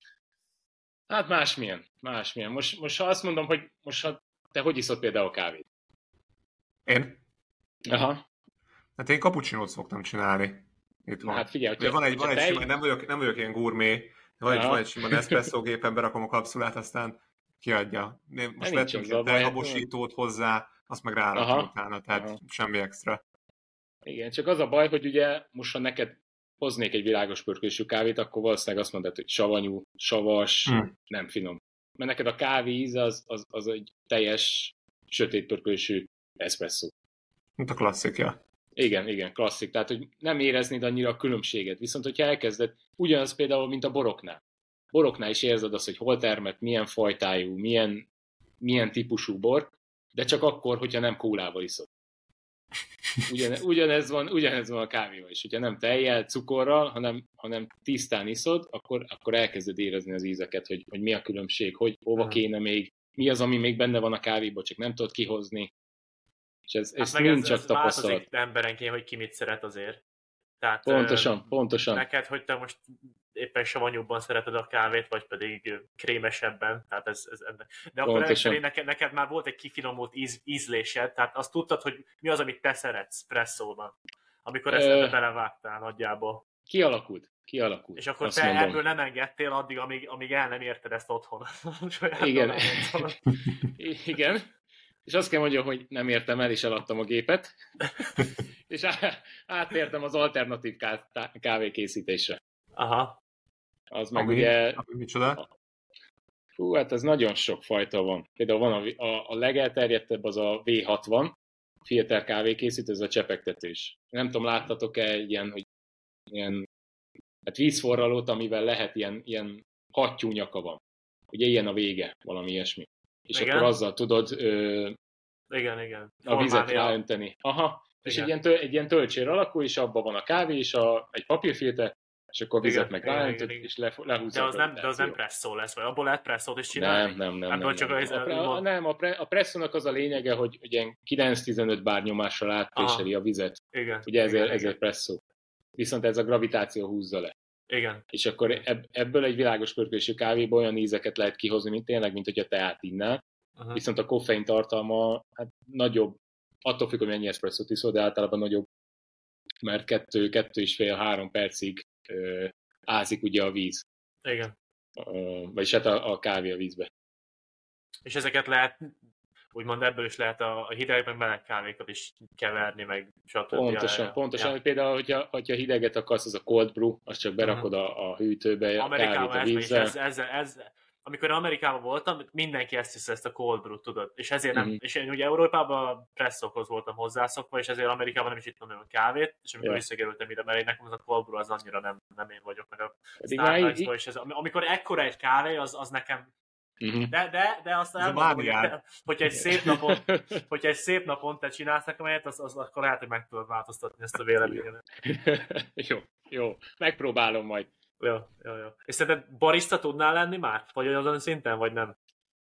Hát másmilyen, másmilyen. Most, most ha azt mondom, hogy most ha te hogy iszod például a kávét? Én? Aha. Hát én cappuccinót szoktam csinálni. Itt van. Hát figyelj, hogyha, van egy, van egy te... sima, nem vagyok, nem vagyok ilyen gurmé, van egy, van egy sima Nespresso gépen, berakom a kapszulát, aztán kiadja. Én most vettünk egy tejhabosítót hozzá, azt meg rárakom utána, tehát aha. semmi extra. Igen, csak az a baj, hogy ugye most, ha neked hoznék egy világos pörkölésű kávét, akkor valószínűleg azt mondod, hogy savanyú, savas, hmm. nem finom. Mert neked a kávé íze az, az, az egy teljes, sötét pörkölésű eszpresszó. Mint a klasszikja. Igen, igen, klasszik. Tehát, hogy nem éreznéd annyira a különbséget. Viszont, hogyha elkezded, ugyanaz például, mint a boroknál. Boroknál is érzed azt, hogy hol termett, milyen fajtájú, milyen, milyen típusú bor, de csak akkor, hogyha nem kólával iszod. Ugyan, ugyanez, van, ugyanez van a kávéval is. Hogyha nem tejjel, cukorral, hanem, hanem tisztán iszod, akkor, akkor elkezded érezni az ízeket, hogy, hogy mi a különbség, hogy hova kéne még, mi az, ami még benne van a kávéban, csak nem tudod kihozni. És ez, hát ez mind ez, csak ez tapasztalat. Változik emberenként, hogy ki mit szeret azért. Tehát, pontosan, ö, pontosan. Neked, hogy te most éppen savanyúbban szereted a kávét, vagy pedig krémesebben. Tehát ez, ez, de akkor először neked, neked már volt egy kifinomult íz, ízlésed, tehát azt tudtad, hogy mi az, amit te szeretsz presszóban, amikor ezt ebbe belevágtál nagyjából. Kialakult. Kialakult. És akkor te mondom. Ebből nem engedtél addig, amíg, amíg el nem érted ezt otthon. Igen. Igen. És azt kell mondjam, hogy nem értem el, és eladtam a gépet. És átértem az alternatív kávékészítésre. Aha. Az meg ami, ugye... Ami micsoda? Hú, hát ez nagyon sok fajta van. Például van a, a, a legelterjedtebb az a vé hatvan, filter kávékészítő, ez a csepegtetés. Nem tudom, láttatok-e egy ilyen, hogy ilyen hát vízforralót, amivel lehet ilyen, ilyen hattyú nyaka van. Ugye ilyen a vége, valami ilyesmi. És igen? Akkor azzal tudod ö, igen, igen. a vizet ráönteni. Aha. Igen. És egy ilyen, tö, egy ilyen töltsér alakul, és abban van a kávé, és a, egy papírfilter, és akkor a vizet igen, meg ráöntöd, és le, lehúzza. De az, nem, de az nem presszó lesz, vagy abból lehet presszót is csinálni? Nem, nem, nem. Ebből nem, csak nem. Az, a, pre, a, nem, a, pre, a presszónak az a lényege, hogy ugye kilenc tizenöt bár nyomással átpréseli a vizet. Igen. Ugye ezért, igen, ezért presszó. Viszont ez a gravitáció húzza le. Igen. És akkor ebb, ebből egy világos pörkölésű kávéból olyan ízeket lehet kihozni, mint tényleg, mint hogyha teát innál. Uh-huh. Viszont a koffein tartalma hát nagyobb, attól függ, hogy mennyi eszpresszót iszol, de általában nagyobb, mert kettő, kettő és fél, három percig ö, ázik ugye a víz. Igen. Ö, vagyis hát a, a kávé a vízbe. És ezeket lehet, úgymond ebből is lehet a, a hideg, meg meleg kávékat is keverni, meg stb. Pontosan, ja, pontosan. Ja. Például, hogyha, hogyha hideget akarsz, az a cold brew, azt csak berakod uh-huh. a, a hűtőbe, a kávét a vízzel. Ez, ez, ez, ez, amikor Amerikában voltam, mindenki ezt hisz, ezt a cold brew, tudod. És ezért nem, mm. és én ugye Európában presszókhoz voltam hozzászokva, és ezért Amerikában nem is ittam olyan kávét, és amikor yeah. visszakerültem ide, mert én nekem az a cold brew az annyira nem, nem én vagyok, meg a Starbucksba, és ez, amikor ekkora egy kávé, az, az nekem mm-hmm. de, de, de azt elmondom, hogy te, hogyha, egy szép napon, hogyha egy szép napon te csinálsz nekem egyet, az, az akkor lehet, hogy meg tudod változtatni ezt a véleményemet. Jó, jó, megpróbálom majd. Jó, jó, jó. És szerinted barista tudnál lenni már? Vagy azon szinten, vagy nem?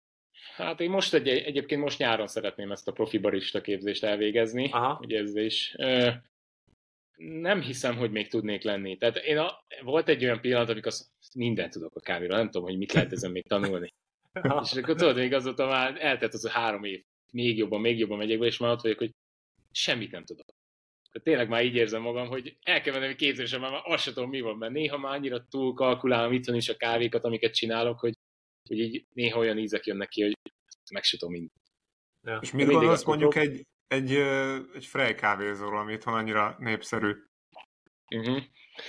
Hát én most egy, egyébként most nyáron szeretném ezt a profi barista képzést elvégezni. Aha. Ugye ez is. nem hiszem, hogy még tudnék lenni. Tehát én a, volt egy olyan pillanat, amikor azt mindent tudok a kávéról, nem tudom, hogy mit lehet ezen még tanulni. És akkor tudod, még azóta már eltelt az a három év, még jobban, még jobban megyek be, és már ott vagyok, hogy semmit nem tudok. Tehát tényleg már így érzem magam, hogy el kell mennem képzésem, mert már azt sem tudom, mi van benne. Néha már annyira túl kalkulálom itthon is a kávékat, amiket csinálok, hogy, hogy így néha olyan ízek jönnek ki, hogy meg sem tudom mindent. Ja. És mit gondolsz mondjuk egy, egy, egy Frey kávézóról, ami itthon annyira népszerű? Uh-huh.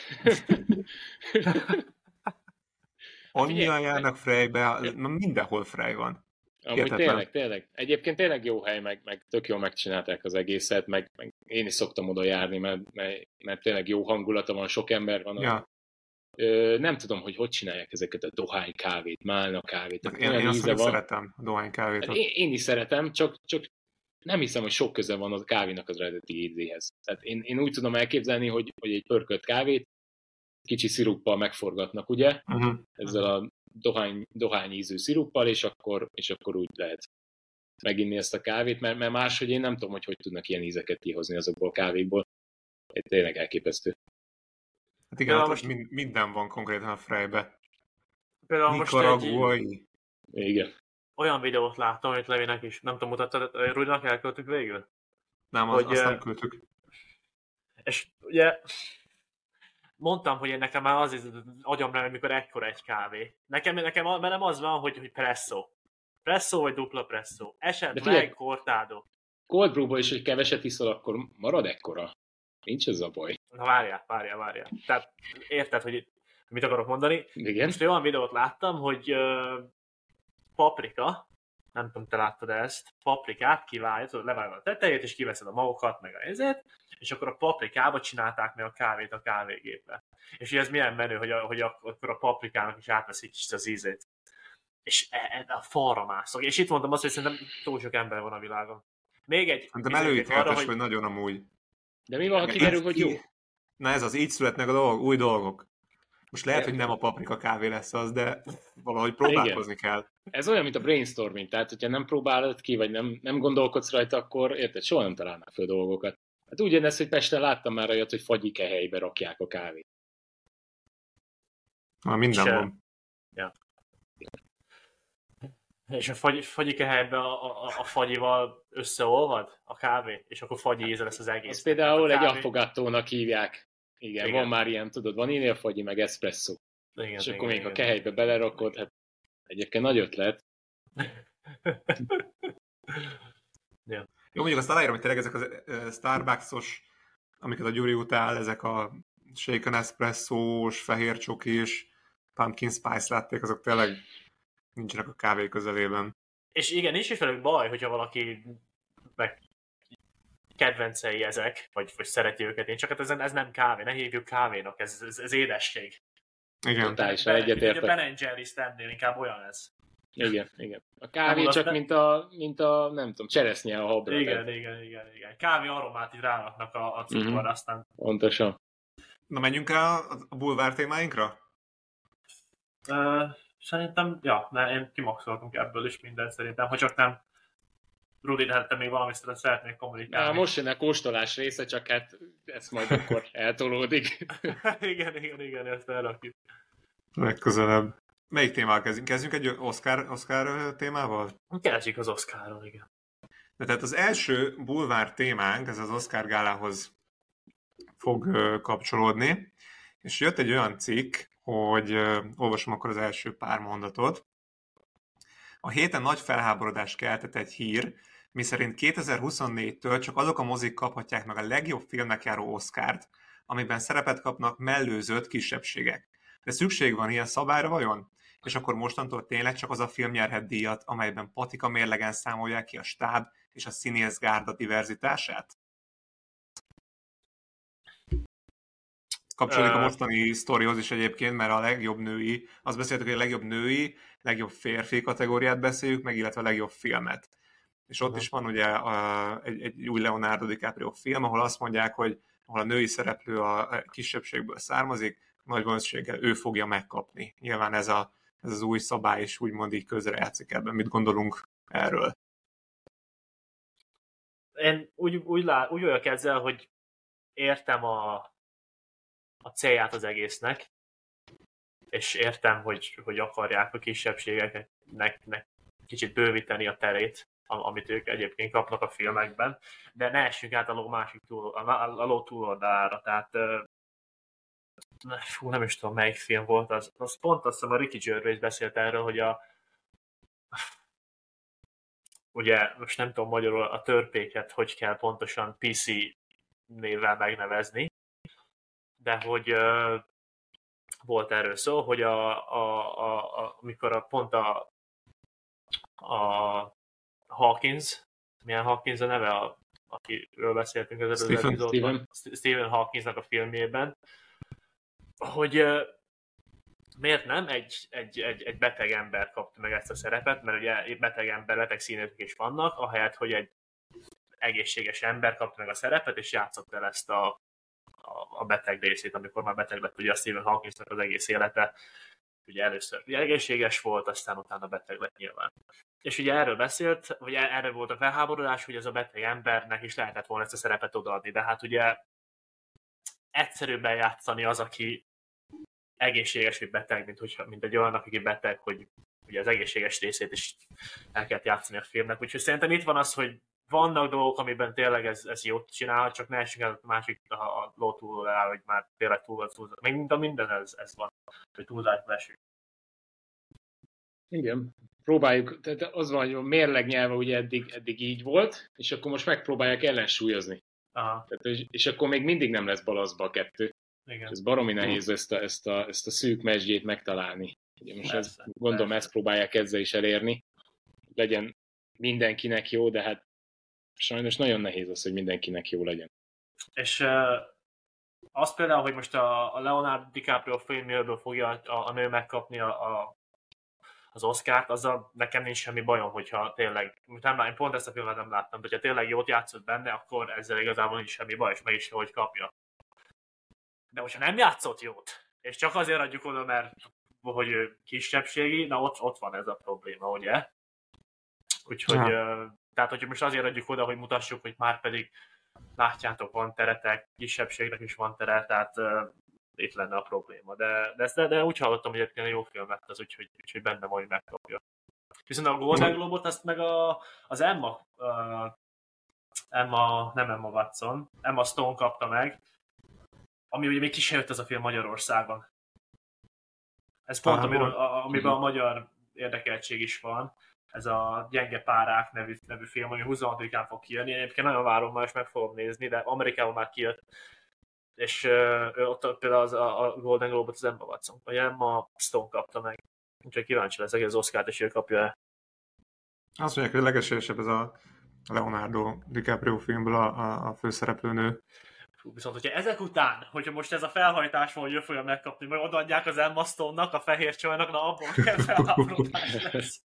Annyian járnak Freybe, mindenhol Frey van. Amúgy tényleg, tényleg. Egyébként tényleg jó hely, meg, meg tök jól megcsinálták az egészet, meg, meg én is szoktam oda járni, mert, mert, mert tényleg jó hangulata van, sok ember van. Ja. Ö, nem tudom, hogy hogy csinálják ezeket a dohány kávét, málna kávét. Én, én azt mondjuk szeretem a dohány kávét. Hát én, én is szeretem, csak, csak nem hiszem, hogy sok köze van a kávénak az eredeti ízéhez. Tehát én, én úgy tudom elképzelni, hogy, hogy egy pörkölt kávét kicsi sziruppal megforgatnak, ugye? Uh-huh. Ezzel a dohány, dohány ízű sziruppal, és akkor, és akkor úgy lehet meginni ezt a kávét, mert, mert máshogy én nem tudom, hogy hogy tudnak ilyen ízeket kihozni azokból a kávékból. Ez tényleg elképesztő. Hát igen, hát most mind, minden van konkrétan a Freybe. Például most egy... Igen. Olyan videót láttam, amit Levinek is, nem tudom, mutattad, Rudinak elköltük végül? Nem, hogy, azt nem küldtük. És ugye mondtam, hogy én nekem már az az agyamra, amikor ekkora egy kávé. Nekem, nekem bennem az van, hogy, hogy presszó. Presszó vagy dupla presszó. Esetleg cortado. Cold brew-ból is, hogy keveset iszol, akkor marad ekkora. Nincs ez a baj. Na várjál, várjál, várjál. Tehát érted, hogy mit akarok mondani? Igen. Most olyan videót láttam, hogy uh, paprika, nem tudom, te láttad ezt, paprikát kivált, levágod a tetejét, és kiveszed a magokat, meg a ezért, és akkor a paprikába csinálták meg a kávét a kávégépbe. És ugye ez milyen menő, hogy, a, hogy a, akkor a paprikának is átveszik kicsit az ízét. És e, e, a falra mászok. És itt mondtam azt, hogy szerintem túl sok ember van a világon. Még egy... De előítéletes, hogy... hogy nagyon amúgy. De mi van, ha kiderül, hogy jó? Na ez az, így születnek a dolgok, új dolgok. Most lehet, hogy nem a paprika kávé lesz az, de valahogy próbálkozni igen. kell. Ez olyan, mint a brainstorming, tehát hogyha nem próbálod ki, vagy nem, nem gondolkodsz rajta, akkor érted, soha nem találnál föl dolgokat. Hát ugyanez, hogy Pesten láttam már olyat, hogy fagyike helybe rakják a kávét. Na, minden Se. van. Ja. És a fagy, fagyike helyben a, a, a fagyival összeolvad a kávé, és akkor fagyi íze lesz az egész. Ez például egy affogattónak hívják. Igen, igen, van már ilyen, tudod, vaníliafagyi, meg espresszó. Igen, és igen, akkor még igen. a kehelybe belerakod, hát egyébként nagy ötlet. ja. Jó, mondjuk azt aláírom, hogy tényleg ezek a Starbucks-os, amiket a Gyuri utál, ezek a shaken espresszós, fehér csokis, pumpkin spice látték, azok tényleg nincsenek a kávé közelében. És igen, nincs is velük baj, hogyha valaki meg kedvencei ezek, vagy, vagy szereti őket. Én csak hát ez, ez nem kávé, ne hívjuk kávénak, ez, ez, ez édesség. Igen. Totálisan egyetértek. A Ben and Jerry's tennél, inkább olyan ez. Igen, igen. A kávé csak ne... mint, a, mint a, nem tudom, cseresznye a habra. Igen, tehát. igen, igen, igen. Kávé aromát így ráraknak a, a cukor, mm-hmm. aztán... Pontosan. Na menjünk rá a bulvár témáinkra? Uh, szerintem, ja, mert én kimaxoltunk ebből is mindent szerintem, ha csak nem Rudi, de hát te még valamit szeretnék kommunikálni. Na, most jön a kóstolás része, csak hát ez majd akkor eltolódik. igen, igen, igen, ezt elrakjuk. Legközelebb. Melyik témával kezdünk? Kezdjünk egy Oscar, Oscar témával? Kezdjük az Oscaron, igen. De tehát az első bulvár témánk, ez az Oscar gálához fog uh, kapcsolódni, és jött egy olyan cikk, hogy uh, olvasom akkor az első pár mondatot. A héten nagy felháborodást keltett egy hír, miszerint kétezer-huszonnégytől csak azok a mozik kaphatják meg a legjobb filmnek járó Oscart, amiben szerepet kapnak mellőzött kisebbségek. De szükség van ilyen szabályra vajon? És akkor mostantól tényleg csak az a film nyerhet díjat, amelyben patika mérlegen számolják ki a stáb és a színészgárda diverzitását? Kapcsolódik a mostani sztorihoz is egyébként, mert a legjobb női, azt beszéltük, hogy a legjobb női, legjobb férfi kategóriát beszéljük, meg illetve a legjobb filmet. És ott uh-huh. is van ugye a, egy, egy új Leonardo DiCaprio film, ahol azt mondják, hogy ahol a női szereplő a kisebbségből származik, nagy valószínűséggel ő fogja megkapni. Nyilván ez, a, ez az új szabály is úgymond így közrejátszik ebben. Mit gondolunk erről? Én úgy, úgy, lá, úgy vagyok ezzel, hogy értem a, a célját az egésznek, és értem, hogy, hogy akarják a kisebbségeknek kicsit bővíteni a terét, amit ők egyébként kapnak a filmekben, de ne essünk át a ló másik túl, a ló túloldalára, tehát fú, nem is tudom, melyik film volt az, az pont azt hiszem a Ricky Gervais beszélt erről, hogy a ugye, most nem tudom magyarul a törpéket, hogy kell pontosan pé cé névvel megnevezni, de hogy uh, volt erről szó, hogy a, a, a, a, amikor a, pont a, a Hawkins, milyen Hawkins a neve, a, akiről beszéltünk az előző epizódban, Stephen Hawkinsnak a filmjében, hogy uh, miért nem egy, egy, egy, egy beteg ember kapta meg ezt a szerepet, mert ugye beteg ember, beteg színések is vannak, ahelyett, hogy egy egészséges ember kapta meg a szerepet, és játszott el ezt a, a, a beteg részét, amikor már beteg lett, ugye a Stephen Hawkinsnak az egész élete, ugye először ugye egészséges volt, aztán utána beteg lett nyilván. És ugye erről beszélt, vagy erről volt a felháborodás, hogy ez a beteg embernek is lehetett volna ezt a szerepet odaadni, de hát ugye egyszerűbben játszani az, aki egészséges, vagy beteg, mint, hogyha, mint egy olyan, aki beteg, hogy ugye az egészséges részét is el kellett játszani a filmnek. Úgyhogy szerintem itt van az, hogy vannak dolgok, amiben tényleg ez, ez jót csinál, csak ne essünk el a másik a, a ló túl el, hogy már tényleg túl van túl. Még mind a minden ez, ez van, hogy túlzásba esünk. Igen. Próbáljuk, tehát az van, hogy a mérleg nyelve ugye eddig, eddig így volt, és akkor most megpróbálják ellensúlyozni. Aha. Tehát, és, és akkor még mindig nem lesz balaszba a kettő. Igen. Ez baromi nehéz ezt a, ezt a, ezt a szűk mesdjét megtalálni. Ugye most persze, ezt, gondolom persze. Ezt próbálják ezzel is elérni. Legyen mindenkinek jó, de hát sajnos nagyon nehéz az, hogy mindenkinek jó legyen. És uh, az például, hogy most a, a Leonardo DiCaprio filmjéből fogja a, a nő megkapni a, a, az Oscart, azzal nekem nincs semmi bajom, hogyha tényleg, nem, én pont ezt a filmet nem láttam, de hogyha tényleg jót játszott benne, akkor ezzel igazából nincs semmi baj, és meg is hogy kapja. De hogyha nem játszott jót, és csak azért adjuk oda, mert hogy ő kisebbségi, na ott, ott van ez a probléma, ugye? Úgyhogy, ja. uh, tehát hogyha most azért adjuk oda, hogy mutassuk, hogy már pedig látjátok, van teretek, kisebbségnek is van tere, tehát uh, itt lenne a probléma. De, de, de, de úgy hallottam, hogy egyébként jó film lett az, úgyhogy, úgyhogy benne majd megkapja. Viszont a Golden Globe-ot azt meg a, az Emma, uh, Emma, nem Emma Watson, Emma Stone kapta meg, ami ugye még ki se jött ez a film Magyarországon. Ez pont, amiről, a, amiben a magyar érdekeltség is van. Ez a Gyenge párák nevű, nevű film, ami huszonhatodikán fog kijönni. Én egyébként nagyon várom, már is meg fogom nézni, de Amerikában már kijött. És uh, ott például az, a, a Golden Globe-ot az Emma Watson, vagy Emma Stone kapta meg. Úgyhogy kíváncsi leszek, hogy az Oscart is ő kapja-e. Azt mondják, hogy a legesélyesebb ez a Leonardo DiCaprio filmből a, a, a főszereplőnő. Viszont, hogyha ezek után, hogyha most ez a felhajtás van, hogy ő fogja megkapni, majd odaadják az Emma Stone-nak, a fehér csajnak, na abban kell felháborodás lesz.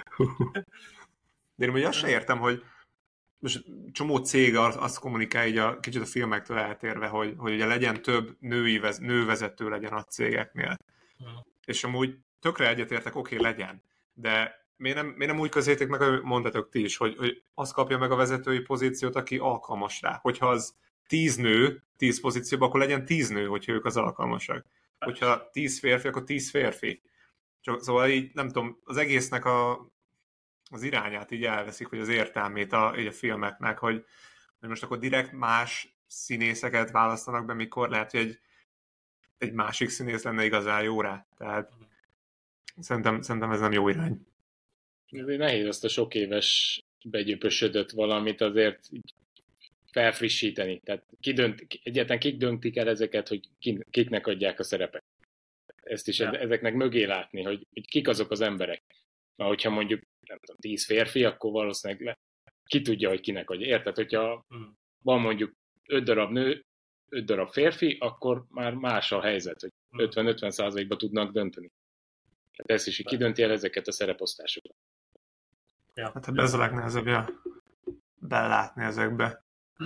De én ugye azt sem értem, hogy most csomó cég azt kommunikál így a, kicsit a filmektől eltérve, hogy, hogy ugye legyen több női vez, nővezető legyen a cégeknél. Hmm. És amúgy tökre egyetértek, oké, okay, legyen. De miért nem, miért nem úgy közétek meg, hogy mondtatok ti is, hogy, hogy az kapja meg a vezetői pozíciót, aki alkalmas rá. Hogyha az tíz nő, tíz pozícióban, akkor legyen tíz nő, hogyha ők az alkalmasak. Hogyha tíz férfi, akkor tíz férfi. Csak, szóval így, nem tudom, az egésznek a, az irányát így elveszik, hogy az értelmét a, így a filmeknek, hogy, hogy most akkor direkt más színészeket választanak be, mikor lehet, hogy egy, egy másik színész lenne igazán jó rá. Tehát szerintem, szerintem ez nem jó irány. Ez nehéz azt a sok éves begyöpösödött valamit azért felfrissíteni. Tehát ki dönt, egyáltalán kik döntik el ezeket, hogy kiknek adják a szerepet. Ezt is ja. Ezeknek mögé látni, hogy, hogy kik azok az emberek. Na, hogyha mondjuk nem tudom, tíz férfi, akkor valószínűleg le, ki tudja, hogy kinek adja. Érted, hogyha hmm. van mondjuk öt darab nő, öt darab férfi, akkor már más a helyzet, hogy ötven-ötven százalékban tudnak dönteni. Tehát ez is, hogy ki dönti el ezeket a szereposztásokat. Ja. Hát ez a legnehezebb, ja. belátni ezekbe.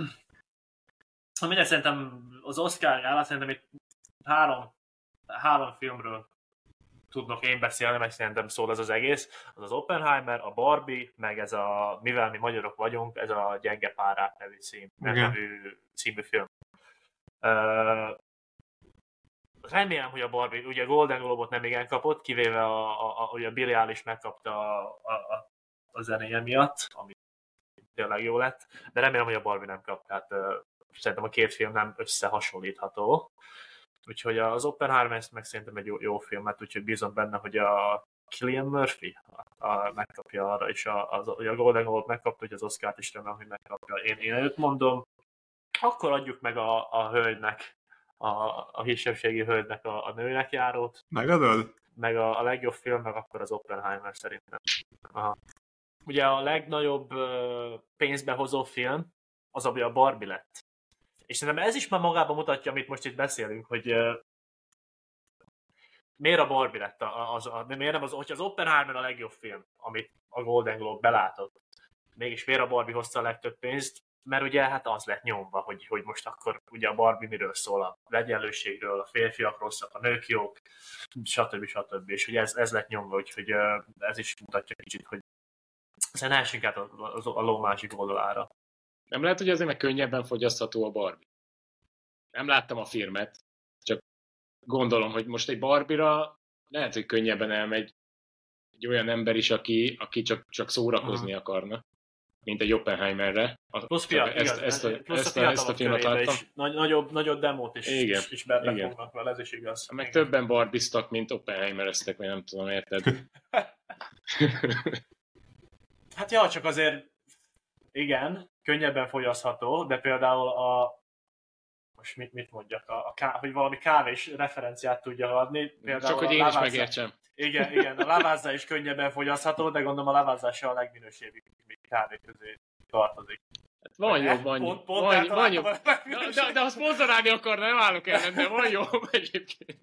Mindegy, szerintem az Oscar gálán szerintem itt három, három filmről tudnak én beszélni, meg szerintem szól ez az egész. Az az Oppenheimer, a Barbie, meg ez a, mivel mi magyarok vagyunk, ez a Gyenge párák nevű, cím, nevű című film. Uh, remélem, hogy a Barbie, ugye Golden Globe-ot nem igen kapott, kivéve a, a, a, ugye a Billie Eilish megkapta a, a, a zenéje miatt, ami tényleg jó lett, de remélem, hogy a Barbie nem kap, tehát uh, szerintem a két film nem összehasonlítható. Úgyhogy az Oppenheimer meg szerintem egy jó, jó filmet, úgyhogy bízom benne, hogy a Cillian Murphy a, a, megkapja arra, és a, az, a Golden Globe megkapta, hogy az Oscart is remélem, hogy megkapja. Én, én őt mondom, akkor adjuk meg a, a hölgynek, a, a kisebbségi hölgynek a, a nőnek járót. Megadod? Meg a, a legjobb film, meg akkor az Oppenheimer szerintem. Aha. Ugye a legnagyobb uh, pénzbe hozó film az, ami a Barbie lett. És szerintem ez is már magában mutatja, amit most itt beszélünk, hogy uh, miért a Barbie lett, az, az, miért nem az, hogyha az Oppenheimer a legjobb film, amit a Golden Globe belátott, mégis miért a Barbie hozta a legtöbb pénzt, mert ugye hát az lett nyomva, hogy, hogy most akkor ugye a Barbie miről szól, a egyenlőségről, a férfiak rosszak, a nők jók, stb. stb. És ugye ez, ez lett nyomva, úgyhogy uh, ez is mutatja kicsit, hogy szerintem elsünk át a, a, a ló másik oldalára. Nem lehet, hogy azért meg könnyebben fogyasztható a Barbie. Nem láttam a filmet, csak gondolom, hogy most egy Barbie-ra lehet, hogy könnyebben elmegy egy olyan ember is, aki, aki csak, csak szórakozni Aha. akarna, mint egy Oppenheimerre. Plusz fiat, ezt, igaz, ezt, a, plusz ezt, a, a, ezt a filmet láttam. Nagy, nagyobb, nagyobb demót is, igen, is, is befognak vele, ez is igaz. Meg igen. többen barbiztak, mint Oppenheimereztek, vagy nem tudom, érted? Hát ja, csak azért igen, könnyebben fogyasztható, de például a most mit, mit mondjak, a, a ká, hogy valami kávés referenciát tudja adni. Például csak, hogy én lavázza, is megértsem. Igen, igen, a lavázza is könnyebben fogyasztható, de gondolom a lavázása a legminősébbig kávé közé tartozik. Hát van jobb, van jobb. Pont, pont van, van jobb. De, de, de ha szponzorálni akarna, nem állok ellen, de van jobb egyébként.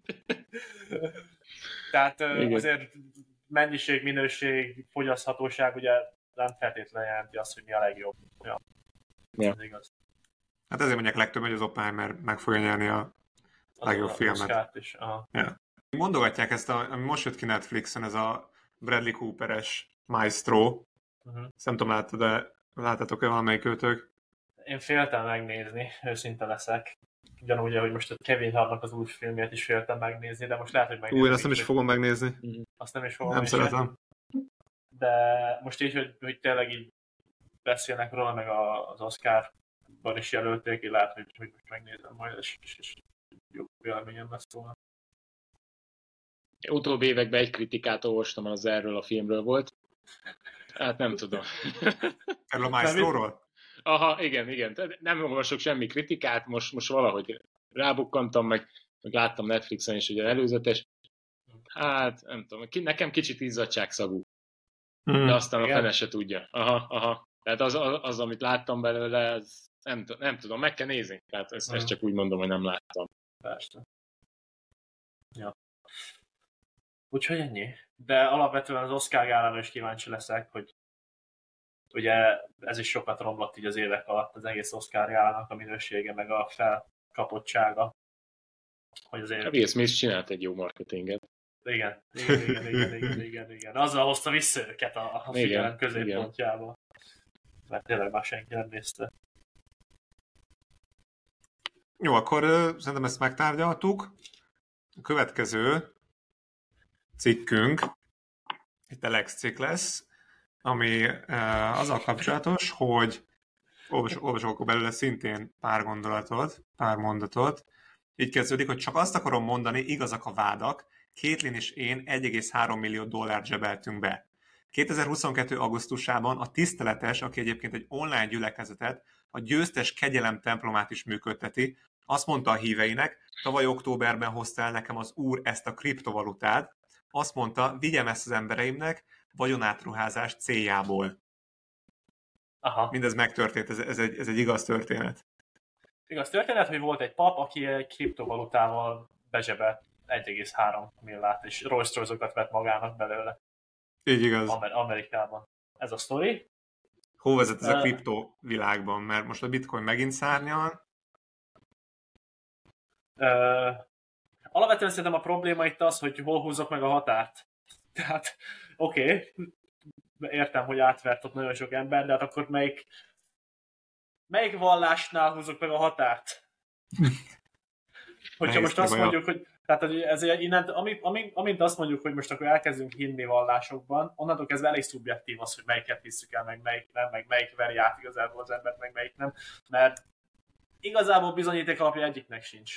Tehát igen. Azért mennyiség, minőség, fogyaszthatóság ugye nem feltétlenül jelenti azt, hogy mi a legjobb. Ja. Ja. Ez igaz. Hát ezért mondják legtöbb, hogy az Oppenheimer meg fogja nyerni a legjobb az filmet. Is. Aha. Ja. Mondogatják ezt, a, ami most jött ki Netflixen, ez a Bradley Cooper-es Maestro. Uh-huh. Ezt nem tudom, láttad, de láttátok-e valamelyik őtök? Én féltem megnézni, őszinte leszek. Ugyanúgy, hogy most a Kevin Hartnak az új filmjét is féltem megnézni, de most lehet, hogy megnézni. Új, azt nem is fogom megnézni. Azt nem is fogom Nem szeretem. De most így, hogy, hogy tényleg így beszélnek róla, meg az Oscarban is jelölték, így lehet, hogy, hogy megnézem majd, és, és, és jó véleményem lesz róla. Utóbbi években egy kritikát olvastam, az erről a filmről volt. Hát nem tudom. Erről a Maestróról? Aha, igen, igen. Nem olvasok semmi kritikát, most, most valahogy rábukkantam, meg, meg láttam Netflixen is ugye előzetes. Hát, nem tudom, nekem kicsit izzadságszagú. Hmm. De aztán igen. A fene se tudja. Aha, aha. Tehát az, az, az amit láttam belőle, ez nem, nem tudom, meg kell nézni. Tehát ezt, hmm. ezt csak úgy mondom, hogy nem láttam. Persze. Ja. Úgyhogy ennyi. De alapvetően az Oscar gálán is kíváncsi leszek, hogy ugye ez is sokat romlott így az évek alatt az egész Oscar gálának a minősége, meg a felkapottsága. Hogy azért... Will Smith csinált egy jó marketinget. Igen, igen, igen, igen, igen, igen, igen. Azzal hozta vissza őket a, a figyelem középpontjába. Mert tényleg már senki nem nézte. Jó, akkor uh, szerintem ezt megtárgyaltuk. A következő cikkünk, itt a Lex cikk lesz, ami uh, azzal kapcsolatos, hogy olvasok, olvasok belőle szintén pár gondolatot, pár mondatot. Így kezdődik, hogy csak azt akarom mondani, igazak a vádak, Caitlyn és én egy egész három millió dollárt zsebeltünk be. kétezer-huszonkettő. augusztusában a Tiszteletes, aki egyébként egy online gyülekezetet, a Győztes Kegyelem templomát is működteti, azt mondta a híveinek, tavaly októberben hozta el nekem az Úr ezt a kriptovalutát, azt mondta, vigyem ezt az embereimnek vagyonátruházás céljából. Aha. Mindez megtörtént, ez, ez, egy, ez egy igaz történet. Igaz történet, hogy volt egy pap, aki egy kriptovalutával bezsebelt egy egész három millát, és Rolls Royce-okat vett magának belőle. Így igaz. Amer- Amerikában. Ez a sztori. Hol vezet ez a kripto világban? Mert most a bitcoin megint szárnyal. Uh, alapvetően szerintem a probléma itt az, hogy hol húzzak meg a határt. Tehát, oké, okay, értem, hogy átvert ott nagyon sok ember, de hát akkor melyik, melyik vallásnál húzzuk meg a határt? Hogyha Nehéz most azt téma, mondjuk, hogy tehát hogy ez innen, amint, amint, amint azt mondjuk, hogy most akkor elkezdünk hinni vallásokban, onnantól kezdve elég szubjektív az, hogy melyiket hiszük el, meg melyik nem, meg melyik veri át igazából az embert, meg melyik nem, mert igazából bizonyíték alapja egyiknek sincs.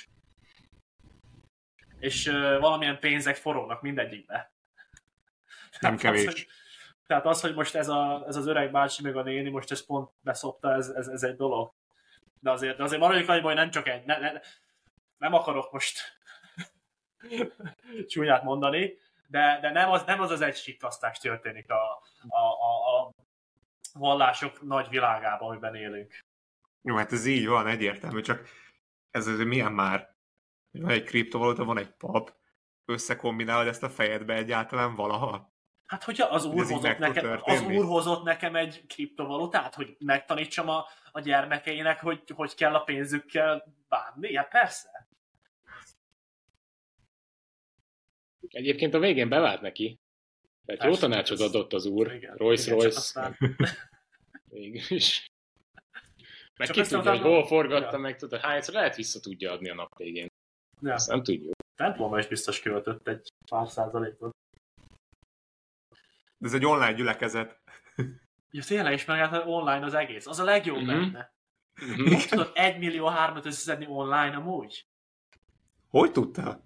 És uh, valamilyen pénzek forognak mindegyikbe. Nem kevés. Az, hogy, tehát az, hogy most ez, a, ez az öreg bácsi meg a néni most ezt pont beszopta, ez, ez, ez egy dolog. De azért, de azért maradjunk annyiban, hogy nem csak egy, ne, ne, nem akarok most csúnyát mondani, de, de nem, az, nem az az egy sikasztás történik a, a, a, a vallások nagy világában, amiben élünk. Jó, hát ez így van, egyértelmű, csak ez az, milyen már? Van egy kriptovaluta, van egy pap, összekombinálod ezt a fejedbe egyáltalán valaha? Hát, hogyha az úr, Ez így hozott meg tud nekem, az történni? úr hozott nekem egy kriptovalutát, hogy megtanítsam a, a gyermekeinek, hogy hogy kell a pénzükkel bánni? Hát persze. Egyébként a végén bevált neki. Tehát jó Persze, tanácsot ez- adott az úr, igen, Rolls igen, csak Royce, aztán- végül is. Meg Csak ki aztán tudja, hogy utána- hol forgatta, Ja. meg tudod, hányszor lehet vissza tudja adni a nap végén. Ja. Ezt nem tudjuk. Templomban is biztos költött egy pár százalékot. De ez egy online gyülekezet. Ja, tényleg is meg hát online az egész. Az a legjobb Mhm. benne. Mhm. Hogy tudod egy millió hármat összeszedni online amúgy? Hogy tudtál?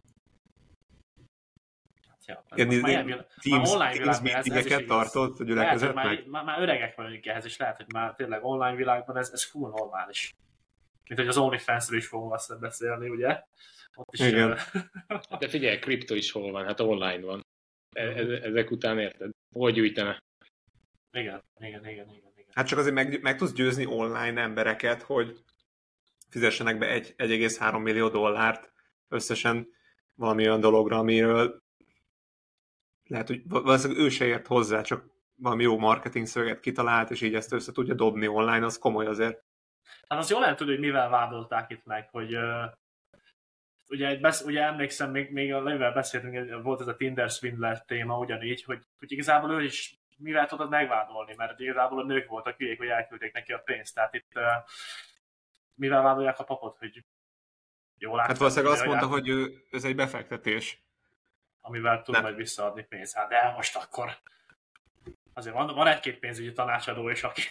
Ja, Ilyen most már ilyen vil- már Teams, online Teams világban ez, ez is meetingeket igaz. tartott a Lehet, hogy gyülekezetnek? már, már, már öregek vagyunk ehhez, és lehet, hogy már tényleg online világban ez, ez full normális. Mint hogy az OnlyFans-ről is fogunk azt beszélni, ugye? Ott is, Igen. ö, De figyelj, kripto is hol van? Hát online van. E- e- ezek után érted? Hol gyűjtene? igen, igen, igen, igen, igen. Hát csak azért meg, meg tudsz győzni online embereket, hogy fizessenek be egy- egy egész három millió dollárt összesen valami olyan dologra, amiről lehet, hogy valószínűleg ő se ért hozzá, csak valami jó marketing szöveget kitalált, és így ezt össze tudja dobni online, az komoly azért. Hát azt jól nem tudod, hogy mivel vádolták itt meg, hogy uh, ugye, besz, ugye emlékszem, még, még a Levivel beszéltünk, volt ez a Tinder Swindler téma ugyanígy, hogy, hogy igazából ő is mivel tudod megvádolni, mert igazából a nők voltak hülyék, hogy elküldték neki a pénzt. Tehát itt uh, mivel vádolják a papot, hogy jól láttam, Hát valószínűleg azt hogy mondta, át- hogy ő, ez egy befektetés. amivel tud Nem. majd visszaadni pénzt. Hát de most akkor azért van, van egy-két pénzügyi tanácsadó is, aki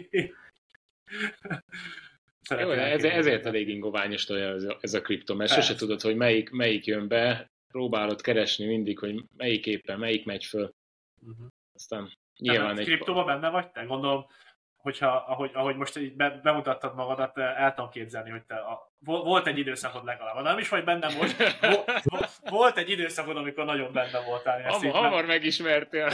szereti Jó, de ez, elképzelni. ezért elég ingoványos ez a, ez a kripto, mert Persze. sose tudod, hogy melyik, melyik jön be, próbálod keresni mindig, hogy melyik éppen, melyik megy föl. Mhm. Aztán Nyilván nyilván egy... egy... Kriptóban benne vagy te? Gondolom, hogyha, ahogy, ahogy most így be, bemutattad magadat, el tudom képzelni, hogy te a, vol- volt egy időszakod legalább. Nem is vagy benne most. Vol- vol- volt egy időszakod, amikor nagyon benne voltál. Ezt Hamar, így nem- hamar megismertél.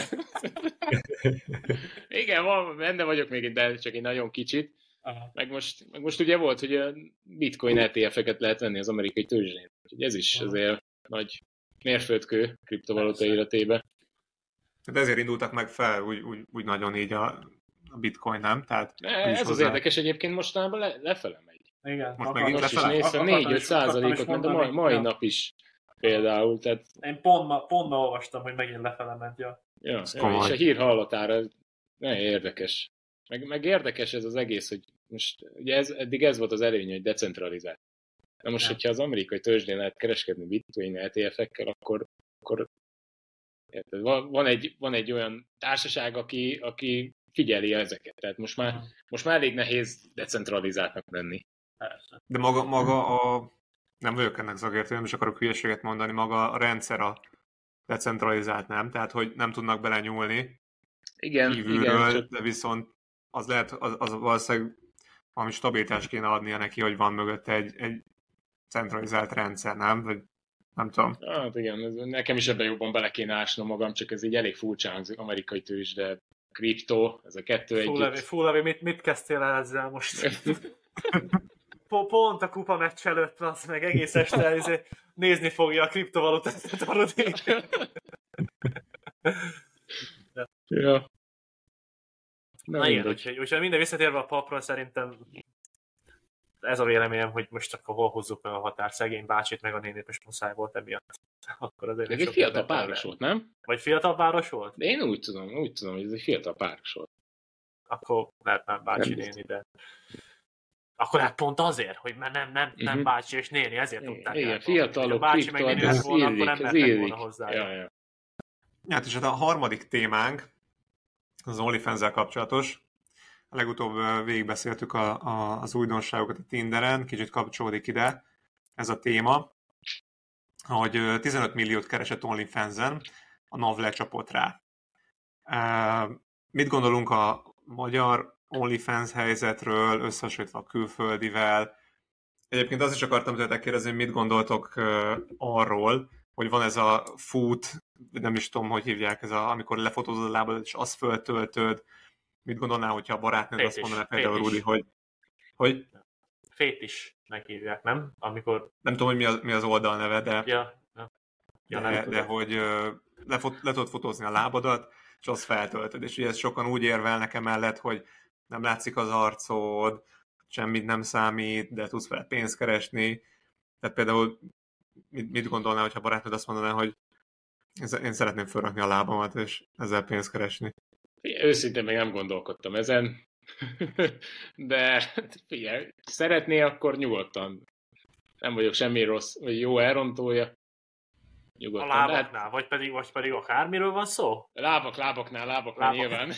Igen, van, benne vagyok még, de csak egy nagyon kicsit. Aha. Meg most, meg most ugye volt, hogy a bitcoin é té ef-eket lehet venni az amerikai tőzsdén. Úgyhogy ez is Aha. azért nagy mérföldkő kriptovaluta Persze. életébe. De ezért indultak meg fel úgy, úgy, úgy nagyon így a, a bitcoin, nem? Tehát De ő is ez az hozzá- érdekes, egyébként mostanában le, lefele megy. Igen. Most akartam- megint Most is lefele? néztem, akartam négy-öt is- akartam is százalékot, ment a mai, mondani. mai Ja. nap is például. Tehát, Én pont ma, pont ma olvastam, hogy megint lefele ment. Ja. ja, Ez ja, komoly. és a hír hallatára nagyon érdekes. Meg, meg érdekes ez az egész, hogy most ugye ez, eddig ez volt az előny, hogy decentralizált. De most, Ja. hogyha az amerikai tőzsdén lehet kereskedni bitcoin é té ef-ekkel, akkor, akkor érted, van, van, egy, van egy olyan társaság, aki, aki figyeli ezeket. Tehát most már, Mhm. most már elég nehéz decentralizáltnak lenni. Persze. De maga, maga a... Nem vagyok ennek szakértő, nem is akarok hülyeséget mondani, maga a rendszer a decentralizált, nem? Tehát, hogy nem tudnak belenyúlni Igen, kívülről, igen, csak de viszont az lehet, az, az valószínűleg valami stabilitást kéne adnia neki, hogy van mögötte egy, egy centralizált rendszer, nem? Vagy nem tudom. hát igen, ez, nekem is ebben jobban bele kéne ásnom magam, csak ez így elég furcsa hangzik, amerikai tőzsde, kriptó, ez a kettő Fú, Levi, együtt. fú, Levi, mit, mit kezdtél el ezzel most? Po- Pont a kupa meccs előtt, az meg egész este izé, nézni fogja a kriptovalutát a Rudi. Ja. Na Na, igen, mindegy. úgyhogy, úgyhogy minden visszatérve a papra, szerintem ez a véleményem, hogy most akkor hol hozzuk meg a határ. Szegény bácsit meg a nénét most muszáj volt emiatt. Akkor azért Ez sok egy fiatal mindent páros el- volt, nem? Vagy fiatal páros volt? De én úgy tudom, úgy tudom, hogy ez egy fiatal páros volt. Akkor lehet már bácsi Nem néni, de... Akkor hát pont azért, hogy már nem, nem, nem Mhm. bácsi és néni, ezért tudták Igen, elkapni. fiatalok, Ha a bácsi meg néni lett kriptoadat, volna, akkor illik, nem ez mertek volna illik. hozzá. Ja, ja. Hát és hát a harmadik témánk, az OnlyFans-zel kapcsolatos. A legutóbb ö, végigbeszéltük a, a, az újdonságokat a Tinderen, kicsit kapcsolódik ide ez a téma, hogy ö, tizenöt milliót keresett OnlyFans-en, a NAV lecsapott rá. Uh, mit gondolunk a magyar OnlyFans helyzetről, összehasonlítva a külföldivel? Egyébként azt is akartam tőletek kérdezni, hogy mit gondoltok uh, arról, hogy van ez a foot, nem is tudom, hogy hívják, ez a, amikor lefotózod a lábadat, és azt föltöltöd. Mit gondolnál, hogyha a barátnőd azt Fétis, mondaná például, fétis. Rudi, hogy, hogy Fét is meghívják, nem? Amikor... nem tudom, hogy mi az, mi az oldal neve, de, Ja, ja. Ja, nem de, de tudom. hogy uh, lefot, le tudod fotózni a lábadat, és azt feltöltöd. És ugye ezt sokan úgy érvelnek emellett, hogy nem látszik az arcod, semmit nem számít, de tudsz vele pénzt keresni. Tehát például mit, mit gondolnál, hogyha barátnőd azt mondaná, hogy én szeretném felrakni a lábamat, és ezzel pénzt keresni. Őszintén még nem gondolkodtam ezen, de figyelj, szeretné, akkor nyugodtan. Nem vagyok semmi rossz, vagy jó elrontója. A Nyugodtan. lábaknál, Hát, vagy pedig, vagy pedig akármiről van szó? lábak, lábaknál, lábaknál Lábak. nyilván.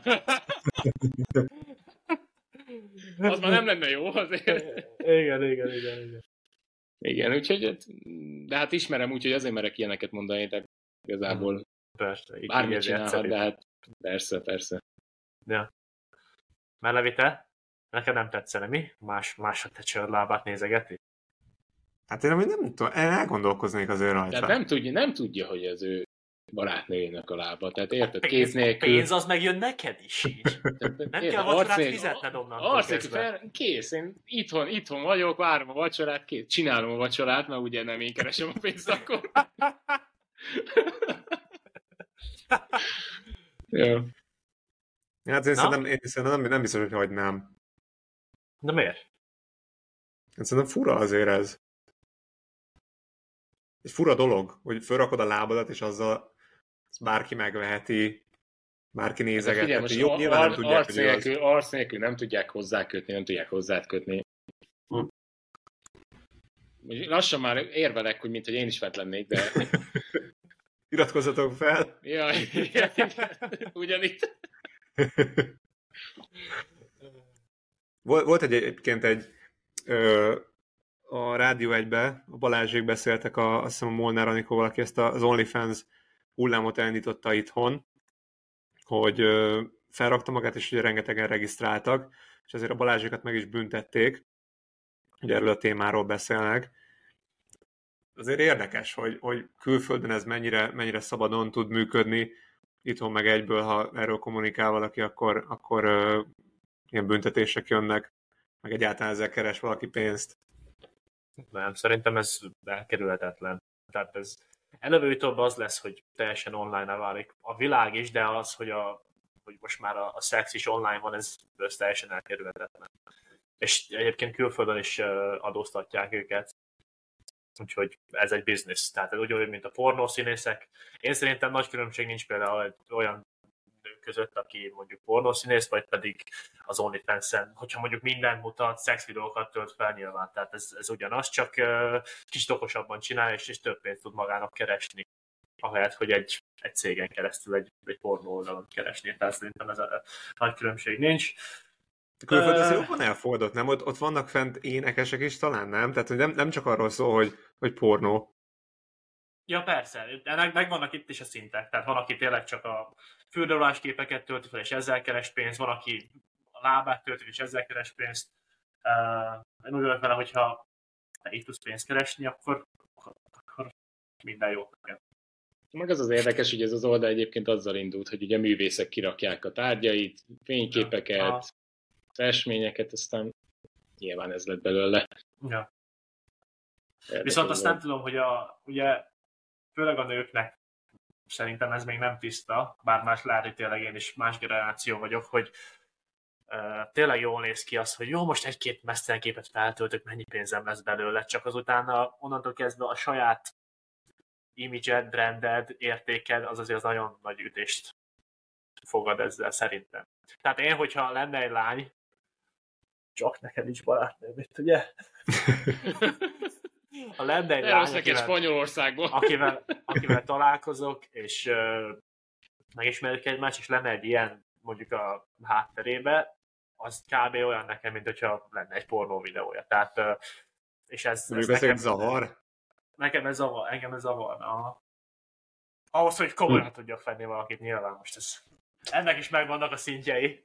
Az már nem lenne jó azért. Igen, igen, igen, igen. Igen, úgyhogy, de hát ismerem, úgyhogy azért merek ilyeneket mondani, tehát igazából Persze, így bármit így csinálhat, egyszerű. de hát persze, persze. Ja. Mellevi, te? Neked nem tetszene, mi? Más, másod te csörlábát nézegeti? Hát én amúgy nem tudom, én elgondolkoznék azért rajta. Tehát nem tudja, nem tudja, hogy az ő barátnőjének a lába. Tehát érted, Pénz, kész a nélkül. pénz az megjön neked is így. Nem kell vacsorát fizetned onnantól Arcnék, kezdve. fel, kész, én itthon, itthon vagyok, várom a vacsorát, kész, csinálom a vacsorát, mert ugye nem én keresem a pénzt akkor. Jó. Hát én Na? szerintem, én szerintem nem, nem biztos, hogy hagynám. De miért? Én szerintem fura azért ez. Egy fura dolog, hogy fölrakod a lábadat, és azzal azt bárki megveheti, bárki De figyelj, nézegetheti. most Jó, ar- nyilván nem ar- tudják, arc, hogy ő az. nélkül, arc nélkül nem tudják hozzákötni, nem tudják hozzákötni. Hm. Most lassan már érvelek, hogy mint hogy én is vett lennék, de... Iratkozzatok fel! Ja, igen, igen. Ugyanitt. Vol- Volt egy, egyébként egy ö, a Rádió egybe, a Balázsék beszéltek, a, azt hiszem a Molnár Anikóval, aki ezt az OnlyFans hullámot elindította itthon, hogy ö, felrakta magát, és ugye rengetegen regisztráltak, és ezért a Balázsékat meg is büntették, hogy erről a témáról beszélnek. Azért érdekes, hogy, hogy külföldön ez mennyire, mennyire szabadon tud működni, itthon meg egyből, ha erről kommunikál valaki, akkor, akkor ö, ilyen büntetések jönnek, meg egyáltalán ezzel keres valaki pénzt. Nem, szerintem ez elkerülhetetlen. Tehát ez előbb-utóbb az lesz, hogy teljesen online válik a világ is, de az, hogy, a, hogy most már a, a szex is online van, ez, ez teljesen elkerülhetetlen. És egyébként külföldön is uh, adóztatják őket. Úgyhogy ez egy biznisz. Tehát ez ugyanúgy, mint a pornószínészek. Én szerintem nagy különbség nincs például egy olyan nő között, aki mondjuk pornószínész, vagy pedig az OnlyFans-en. Hogyha mondjuk mindent mutat, szexvideókat tölt fel nyilván. Tehát ez, ez ugyanaz, csak uh, kicsit okosabban csinálja, és, és több pénzt tud magának keresni. Ahelyett, hogy egy, egy cégen keresztül egy, egy pornó oldalon keresni. Tehát szerintem ez a, a nagy különbség nincs. Külföldön Ö, uh... jobban elfogadott, nem? Ott, ott vannak fent énekesek is talán, nem? Tehát hogy nem, nem csak arról szól, hogy, hogy pornó. Ja, persze, de meg, megvannak itt is a szintek. Tehát van, aki tényleg csak a fürdőrólás képeket tölti fel, és ezzel keres pénzt, van, aki a lábát tölti, és ezzel keres pénzt. Uh, én úgy vagyok vele, hogyha te így tudsz pénzt keresni, akkor, akkor, akkor minden jó. Meg az az érdekes, hogy ez az oldal egyébként azzal indult, hogy ugye művészek kirakják a tárgyait, fényképeket, Ja. festményeket, aztán nyilván ez lett belőle. Ja. Érdekes Viszont azt volt. nem tudom, hogy a, ugye, főleg a nőknek szerintem ez még nem tiszta, bár más lehet, hogy tényleg én is más generáció vagyok, hogy uh, tényleg jól néz ki az, hogy jó, most egy-két mesztelen képet feltöltök, mennyi pénzem lesz belőle, csak azután a, onnantól kezdve a saját image-ed, branded, értéked, az azért az nagyon nagy ütést fogad ezzel szerintem. Tehát én, hogyha lenne egy lány, csak neked nincs barátnőm, itt, ugye? Ha lenne egy lány, akivel, Spanyolországból. akivel, akivel találkozok, és uh, megismerjük egymást, és lenne egy ilyen, mondjuk a hátterébe, az kb. Olyan nekem, mint hogyha lenne egy pornó videója. Tehát, uh, és ez, ez nekem... zavar? Nekem ez zavar, engem ez zavarna. Ahhoz, hogy komolyan hm. tudjak fenni valakit, nyilván most ez. Ennek is megvannak a szintjei.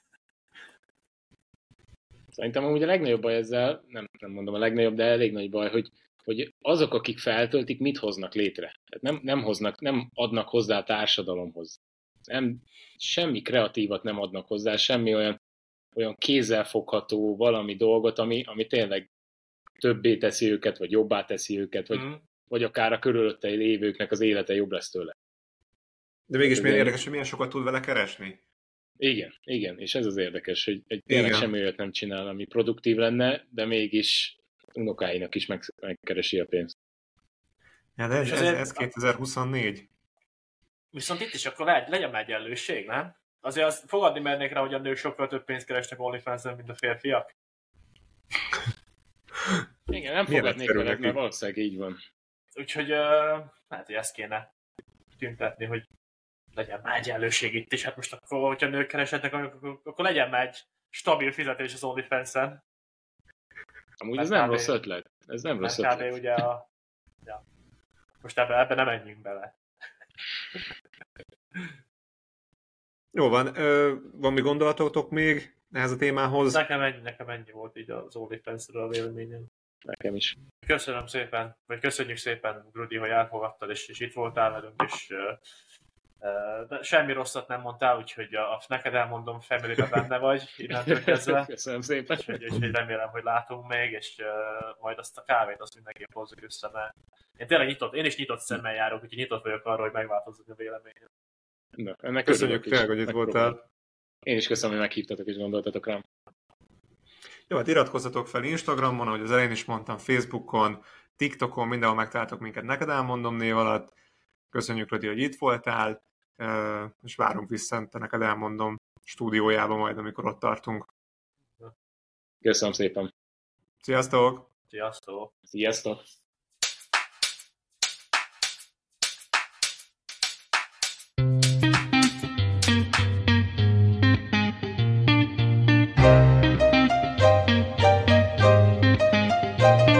Szerintem amúgy a legnagyobb baj ezzel, nem, nem mondom a legnagyobb, de elég nagy baj, hogy, hogy azok, akik feltöltik, mit hoznak létre. Tehát nem, nem hoznak, nem adnak hozzá a társadalomhoz. Nem, semmi kreatívat nem adnak hozzá, semmi olyan, olyan kézzelfogható valami dolgot, ami, ami tényleg többé teszi őket, vagy jobbá teszi őket, vagy, mm. vagy akár a körülötte lévőknek az élete jobb lesz tőle. De mégis milyen érdekes, hogy milyen sokat tud vele keresni. Igen, igen, és ez az érdekes, hogy egy tényleg semmi olyat nem csinál, ami produktív lenne, de mégis unokáinak is meg, megkeresi a pénzt. Ja, de ez, ez, ez kétezer-huszonnégy. Viszont itt is akkor legy, legyen egyenlőség, nem? Azért azt fogadni mernék rá, hogy a nők sokkal több pénzt keresnek OnlyFans-en, mint a férfiak. Igen, nem fogadnék vele, mert valószínűleg így van. Úgyhogy uh, hát, hogy ezt kéne tüntetni, hogy legyen már egyenlőség itt is. Hát most akkor, hogyha nők keresetnek, akkor, akkor legyen már egy stabil fizetés az OnlyFans-en. Amúgy ez nem rossz ötlet. Ez nem rossz ötlet. Ugye a... ja. Most ebben ebbe nem menjünk bele. Jó van, ö, van mi gondolatotok még ehhez a témához? Nekem ennyi, nekem ennyi volt így az OnlyFans-ről a véleményem. Nekem is. Köszönöm szépen, vagy köszönjük szépen, Rudi, hogy elfogadtad, és, és itt voltál velünk, és uh, uh, semmi rosszat nem mondtál, úgyhogy a, a neked elmondom, family-ben benne vagy, innentől kezdve. Köszönöm szépen. És, és, és remélem, hogy látunk még, és uh, majd azt a kávét azt mindenképp hozzuk össze, mert én tényleg nyitott, én is nyitott szemmel járok, úgyhogy nyitott vagyok arra, hogy megváltozzon a véleményem. Na, ennek köszönjük tényleg, hogy itt voltál. Én is köszönöm, hogy meghívtatok és gondoltatok rám. Jó, hát iratkozzatok fel Instagramon, ahogy az elején is mondtam, Facebookon, TikTokon, mindenhol megtaláltok minket, neked elmondom név alatt. Köszönjük, Rodi, hogy itt voltál, és várunk vissza, te neked elmondom stúdiójába majd, amikor ott tartunk. Köszönöm szépen. Sziasztok! Sziasztok! Sziasztok! Thank you.